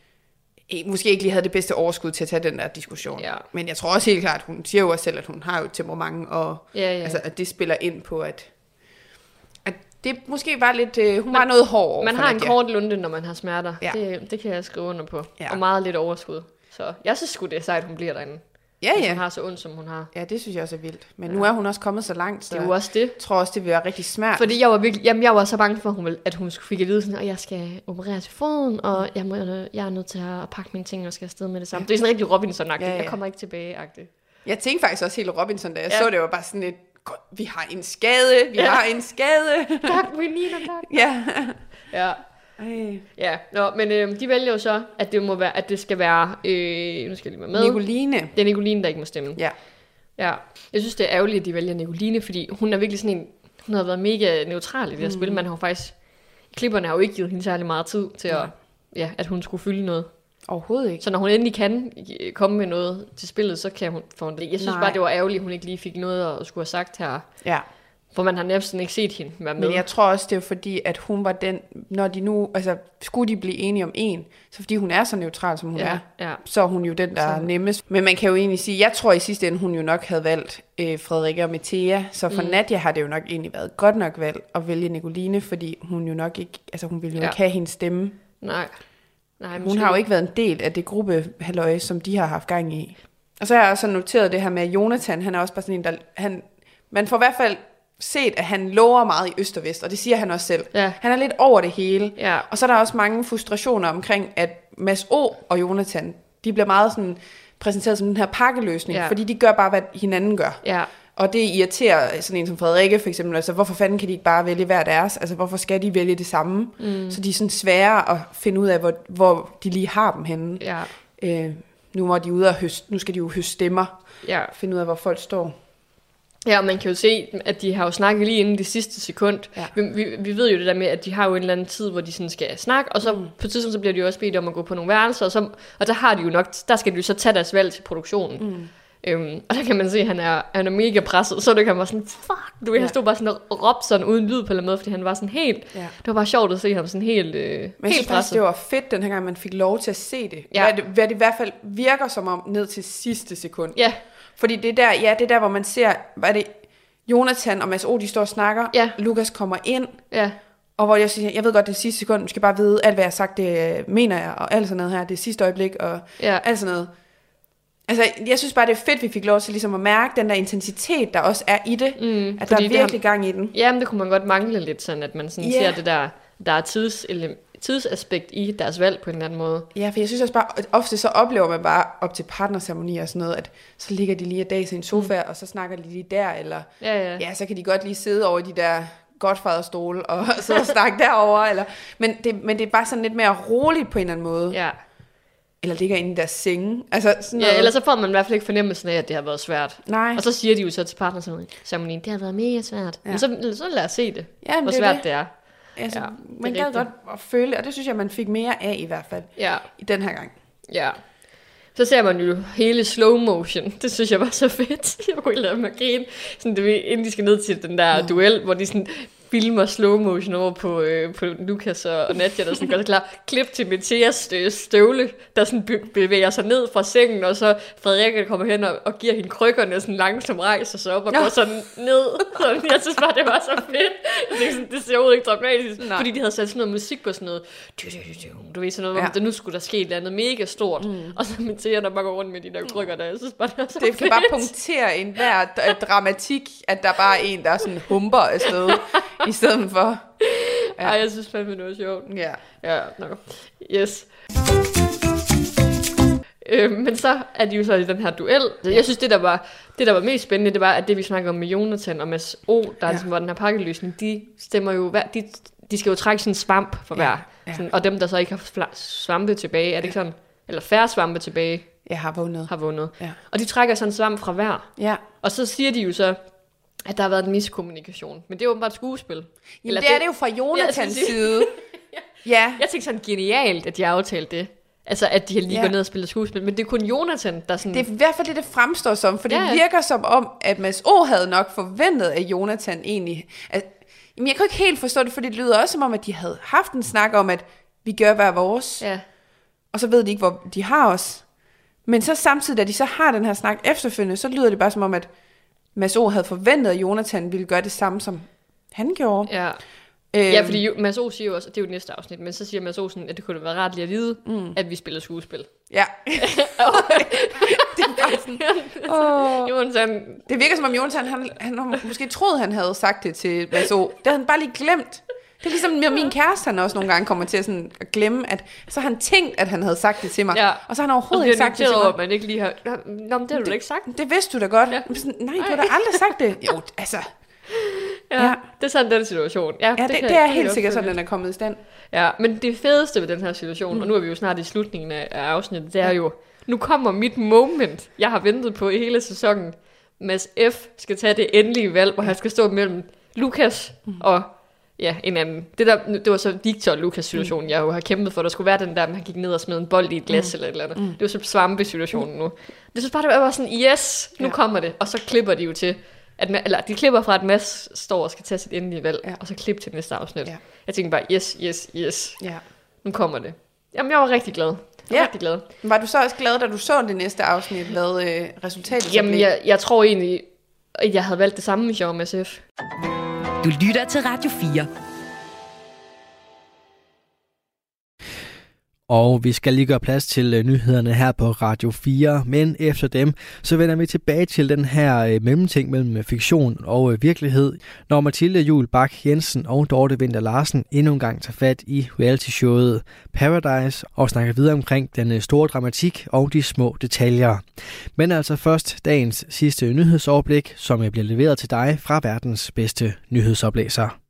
eh, måske ikke lige havde det bedste overskud til at tage den der diskussion.
Ja.
Men jeg tror også helt klart, hun siger jo også selv, at hun har jo et temperament, og
Ja, ja.
altså, at det spiller ind på, at, at det måske var lidt, øh, hun man, var noget hård over
Man
for
har en
Nadia.
kort lunde, når man har smerter.
Ja.
Det, det kan jeg skrive under på.
Ja.
Og meget lidt overskud. Så jeg synes sgu, det er sejt, hun bliver derinde.
Ja,
Hvis
ja.
hun har så ondt, som hun har.
Ja, det synes jeg også er vildt. Men ja. nu er hun også kommet så langt, så
Det er jo også det.
jeg tror også, det vil være rigtig svært.
Fordi jeg var virkelig, jamen jeg var så bange for, at hun, ville, at hun fik at vide sådan, at jeg skal operere til foden, og jeg, må, jeg er nødt til at pakke mine ting og skal afsted med det samme. Ja. Det er sådan rigtig Robinson-agtigt.
Ja, ja.
Jeg kommer ikke tilbage-agtigt.
Jeg tænkte faktisk også helt Robinson, da jeg
Ja.
så det, var bare sådan et, "God, vi har en skade, vi
Ja.
har en skade.
Tak, Melina, tak.
Ja.
Ja.
Ej.
Ja, nå, men øh, de vælger jo så, at det må være, at det skal være, øh, nu skal jeg lige være med.
Nicoline.
Det er Nicoline, der ikke må stemme.
Ja.
Ja, jeg synes, det er ærgerligt, at de vælger Nicoline, fordi hun er virkelig sådan en, hun har været mega neutral i det her mm. spil. Man har jo faktisk, klipperne har jo ikke givet hende særlig meget tid til, at, ja, at hun skulle fylde noget.
Overhovedet ikke.
Så når hun endelig kan komme med noget til spillet, så kan hun få det. Jeg synes
Nej.
bare, det var ærgerligt, at hun ikke lige fik noget at skulle have sagt her.
Ja.
For man har næsten ikke set hende være med.
Men jeg tror også, det er fordi, at hun var den, når de nu, altså skulle de blive enige om en, så fordi hun er så neutral, som hun
ja,
er,
ja.
så er hun jo den, der er nemmest. Men man kan jo egentlig sige, jeg tror i sidste ende, hun jo nok havde valgt øh, Frederikke og Mittea, så for mm. Nadia har det jo nok egentlig været godt nok valgt at vælge Nicoline, fordi hun jo nok ikke, altså hun ville jo
Ja.
ikke have hendes stemme.
Nej. Nej,
Hun
måske-
har jo ikke været en del af det gruppe halløj, som de har haft gang i. Og så har jeg også noteret det her med Jonathan, han er også bare sådan en, der... Han, man får i hvert fald set, at han lover meget i øst og vest, og det siger han også selv.
Ja.
Han er lidt over det hele.
Ja.
Og så er der også mange frustrationer omkring, at Mads O og Jonathan, de bliver meget sådan præsenteret som den her pakkeløsning,
Ja.
fordi de gør bare, hvad hinanden gør.
Ja.
Og det irriterer sådan en som Frederikke for eksempel, altså hvorfor fanden kan de ikke bare vælge hver deres? Altså hvorfor skal de vælge det samme? Mm. Så de er sådan svære at finde ud af, hvor, hvor de lige har dem henne.
Ja.
Øh, nu må de ude og høste, nu skal de jo høste stemmer,
Ja.
finde ud af, hvor folk står.
Ja, og man kan jo se, at de har jo snakket lige inden det sidste sekund.
Ja.
Vi, vi, vi ved jo det der med, at de har jo en eller anden tid, hvor de sådan skal snakke, og så mm. på et tidspunkt så bliver de jo også bedt om at gå på nogle værelser, og, så, og der har de jo nok, der skal de jo så tage deres valg til produktionen. Mm. Øhm, og der kan man se, at han er, han er mega presset, så det kan man sådan, fuck, du ved, ja. Han stod bare sådan og råbte sådan uden lyd på en eller anden måde, fordi han var sådan helt, ja. Det var bare sjovt at se ham sådan helt, øh,
Men
helt
jeg
presset.
det var fedt, den her gang, man fik lov til at se det.
Ja.
Hvad, det. Hvad det i hvert fald virker som om, ned til sidste sekund.
Ja.
Fordi det er der, ja, det er der, hvor man ser, hvad er det, Jonathan og Mads O, de står og snakker,
Ja.
Lukas kommer ind,
Ja.
og hvor jeg siger, jeg ved godt, det er sidste sekund, du skal bare vide, alt hvad jeg har sagt, det mener jeg, og alt sådan noget her, det er sidste øjeblik, og
Ja.
alt sådan noget. Altså, jeg synes bare, det er fedt, vi fik lov til ligesom at mærke den der intensitet, der også er i det,
Mm,
at der er
fordi det
virkelig
har-
gang i den.
Ja, men det kunne man godt mangle lidt, sådan at man sådan
Ja.
ser det der, der er tids, eller, tidsaspekt i deres valg på en eller anden måde.
Ja, for jeg synes også bare, at ofte så oplever man bare op til partnerceremonier og sådan noget, at så ligger de lige et dag i en sofa, mm. og så snakker de lige der, eller
Ja, ja.
ja, så kan de godt lige sidde over i de der Godfather-stole, og så snakke derover eller men det, men det er bare sådan lidt mere roligt på en eller anden måde.
Ja.
Eller ligger inde i deres senge. Altså sådan
Ja,
noget.
ellers så får man i hvert fald ikke fornemmelsen af, at det har været svært.
Nej.
Og så siger de jo så til partnerceremonien, det har været mega svært.
Ja.
Men så, så lad os se det,
Jamen,
hvor
det er
svært
det.
det er.
Altså,
Ja,
ja,
det er
man gad
rigtigt.
godt at føle, og det synes jeg, man fik mere af i hvert fald,
Ja,
i den her gang.
ja. Så ser man jo hele slow motion. Det synes jeg var så fedt. Jeg kunne ikke lade mig grine. Sådan, det, ved, inden de skal ned til den der
Nå.
duel, hvor de sådan filmer slow motion over på, øh, på Lukas og, og Nadja, der sådan gør sig klar. Klip til Mathias øh, støvle, der sådan be- bevæger sig ned fra sengen, og så Frederikke kommer hen og, og giver hende krykkerne, og sådan langsomt rejser sig op og
Nå.
går sådan ned. Sådan, jeg synes bare, det var så fedt. Jeg tænkte sådan, det ser jo ikke dramatisk,
Nej.
fordi de havde sat sådan noget musik på sådan noget. Du, du, du, du, du ved sådan noget,
Ja.
om der nu skulle der ske et eller andet mega stort. Mm. Og så Mathias, der bare går rundt med de der krykker der. Jeg synes bare, det var så
Det
fedt.
kan bare punktere enhver d- dramatik, at der bare er en, der sådan humper afsted, i stedet for.
Ja. Ej, jeg synes fandme, det var sjovt.
Ja.
Ja, no. Yes. Øh, men så er de jo så i den her duel. Jeg synes, det der var, det, der var mest spændende, det var, at det vi snakker om med Jonathan og Mads O, der ja. ligesom var den her pakkeløsning, de stemmer jo hver, de, de skal jo trække sådan en svamp for hver.
Ja.
Sådan, og dem, der så ikke har fla- svampe tilbage, er det ikke sådan? Eller færre svampe tilbage,
Jeg har vundet.
har vundet.
Ja.
Og de trækker sådan en svamp fra hver.
Ja.
Og så siger de jo så, at der har været en miskommunikation. Men det er jo bare et skuespil.
Jamen,
Eller
det er det jo fra Jonathans
Ja, sige-
side. Ja.
Jeg tænkte sådan genialt, at de har aftalt det. Altså, at de har lige
Ja.
gået ned og spillet skuespil. Men det er kun Jonathan, der sådan...
Det er i hvert fald det, det fremstår som, for det
Ja, ja.
virker som om, at Mads O havde nok forventet, at Jonathan egentlig... At, jamen, jeg kan ikke helt forstå det, for det lyder også som om, at de havde haft en snak om, at vi gør hver vores,
Ja,
og så ved de ikke, hvor de har os. Men så samtidig, da de så har den her snak efterfølgende, så lyder det bare som om, at Mads O havde forventet, at Jonathan ville gøre det samme, som han gjorde.
ja.
Øhm,
Ja, fordi jo- Mads O siger jo også, og det er jo det næste afsnit, men så siger Mads O sådan, at det kunne være rart lige at vide, mm. at vi spiller skuespil.
Ja. det er bare sådan... Åh.
Jonathan,
Det virker som om Jonathan, han, han har måske troede, han havde sagt det til Mads O. Det havde han bare lige glemt. Det er ligesom med min kæreste, han også nogle gange kommer til at, sådan, at glemme, at så har han tænkt, at han havde sagt det til mig.
Ja.
Og så har han
og
overhovedet ikke
bliver
sagt det til
over,
mig.
at man ikke lige har... Nå, men det har du da ikke sagt.
Det vidste du da godt.
Ja.
Ja. Sådan, nej, du har da aldrig sagt det. Jo, altså.
Ja,
Ja.
det er sådan den situation. Ja,
Ja, det, det,
kan-
det er
kan jeg
helt
godt
sikkert
følge.
sådan, den er kommet i stand.
Ja, men det fedeste ved den her situation, mm. og nu er vi jo snart i slutningen af, af afsnittet, det er jo, nu kommer mit moment, jeg har ventet på i hele sæsonen. Mads F. skal tage det endelige valg, hvor han skal stå mellem Lukas mm. og ja, en anden. Det, der, det var så Victor og Lukas situationen, mm. jeg jo har kæmpet for. Der skulle være den der, man gik ned og smed en bold i et glas mm. eller et eller andet. Mm. Det var så svampe-situationen nu. Det synes bare, det var sådan, yes, nu ja. kommer det. Og så klipper de jo til, at, eller de klipper fra, at Mads står og skal tage sit endelige valg, ja. og så klip til næste afsnit. Ja. Jeg tænkte bare, yes, yes, yes.
Ja.
Nu kommer det. Jamen, jeg var rigtig glad. Jeg var
Ja.
rigtig glad.
Var du så også glad, da du så det næste afsnit, hvad øh, resultatet så
Jamen,
blev?
jeg, jeg tror egentlig, at jeg havde valgt det samme, hvis jeg var med S F.
Du lytter til Radio fire.
Og vi skal lige gøre plads til nyhederne her på Radio fire, men efter dem, så vender vi tilbage til den her mellemting mellem fiktion og virkelighed, når Mathilde Juel Bach Jensen og Dorte Winther Larsen endnu en gang tager fat i reality-showet Paradise og snakker videre omkring den store dramatik og de små detaljer. Men altså først dagens sidste nyhedsoverblik, som bliver leveret til dig fra verdens bedste nyhedsoplæser.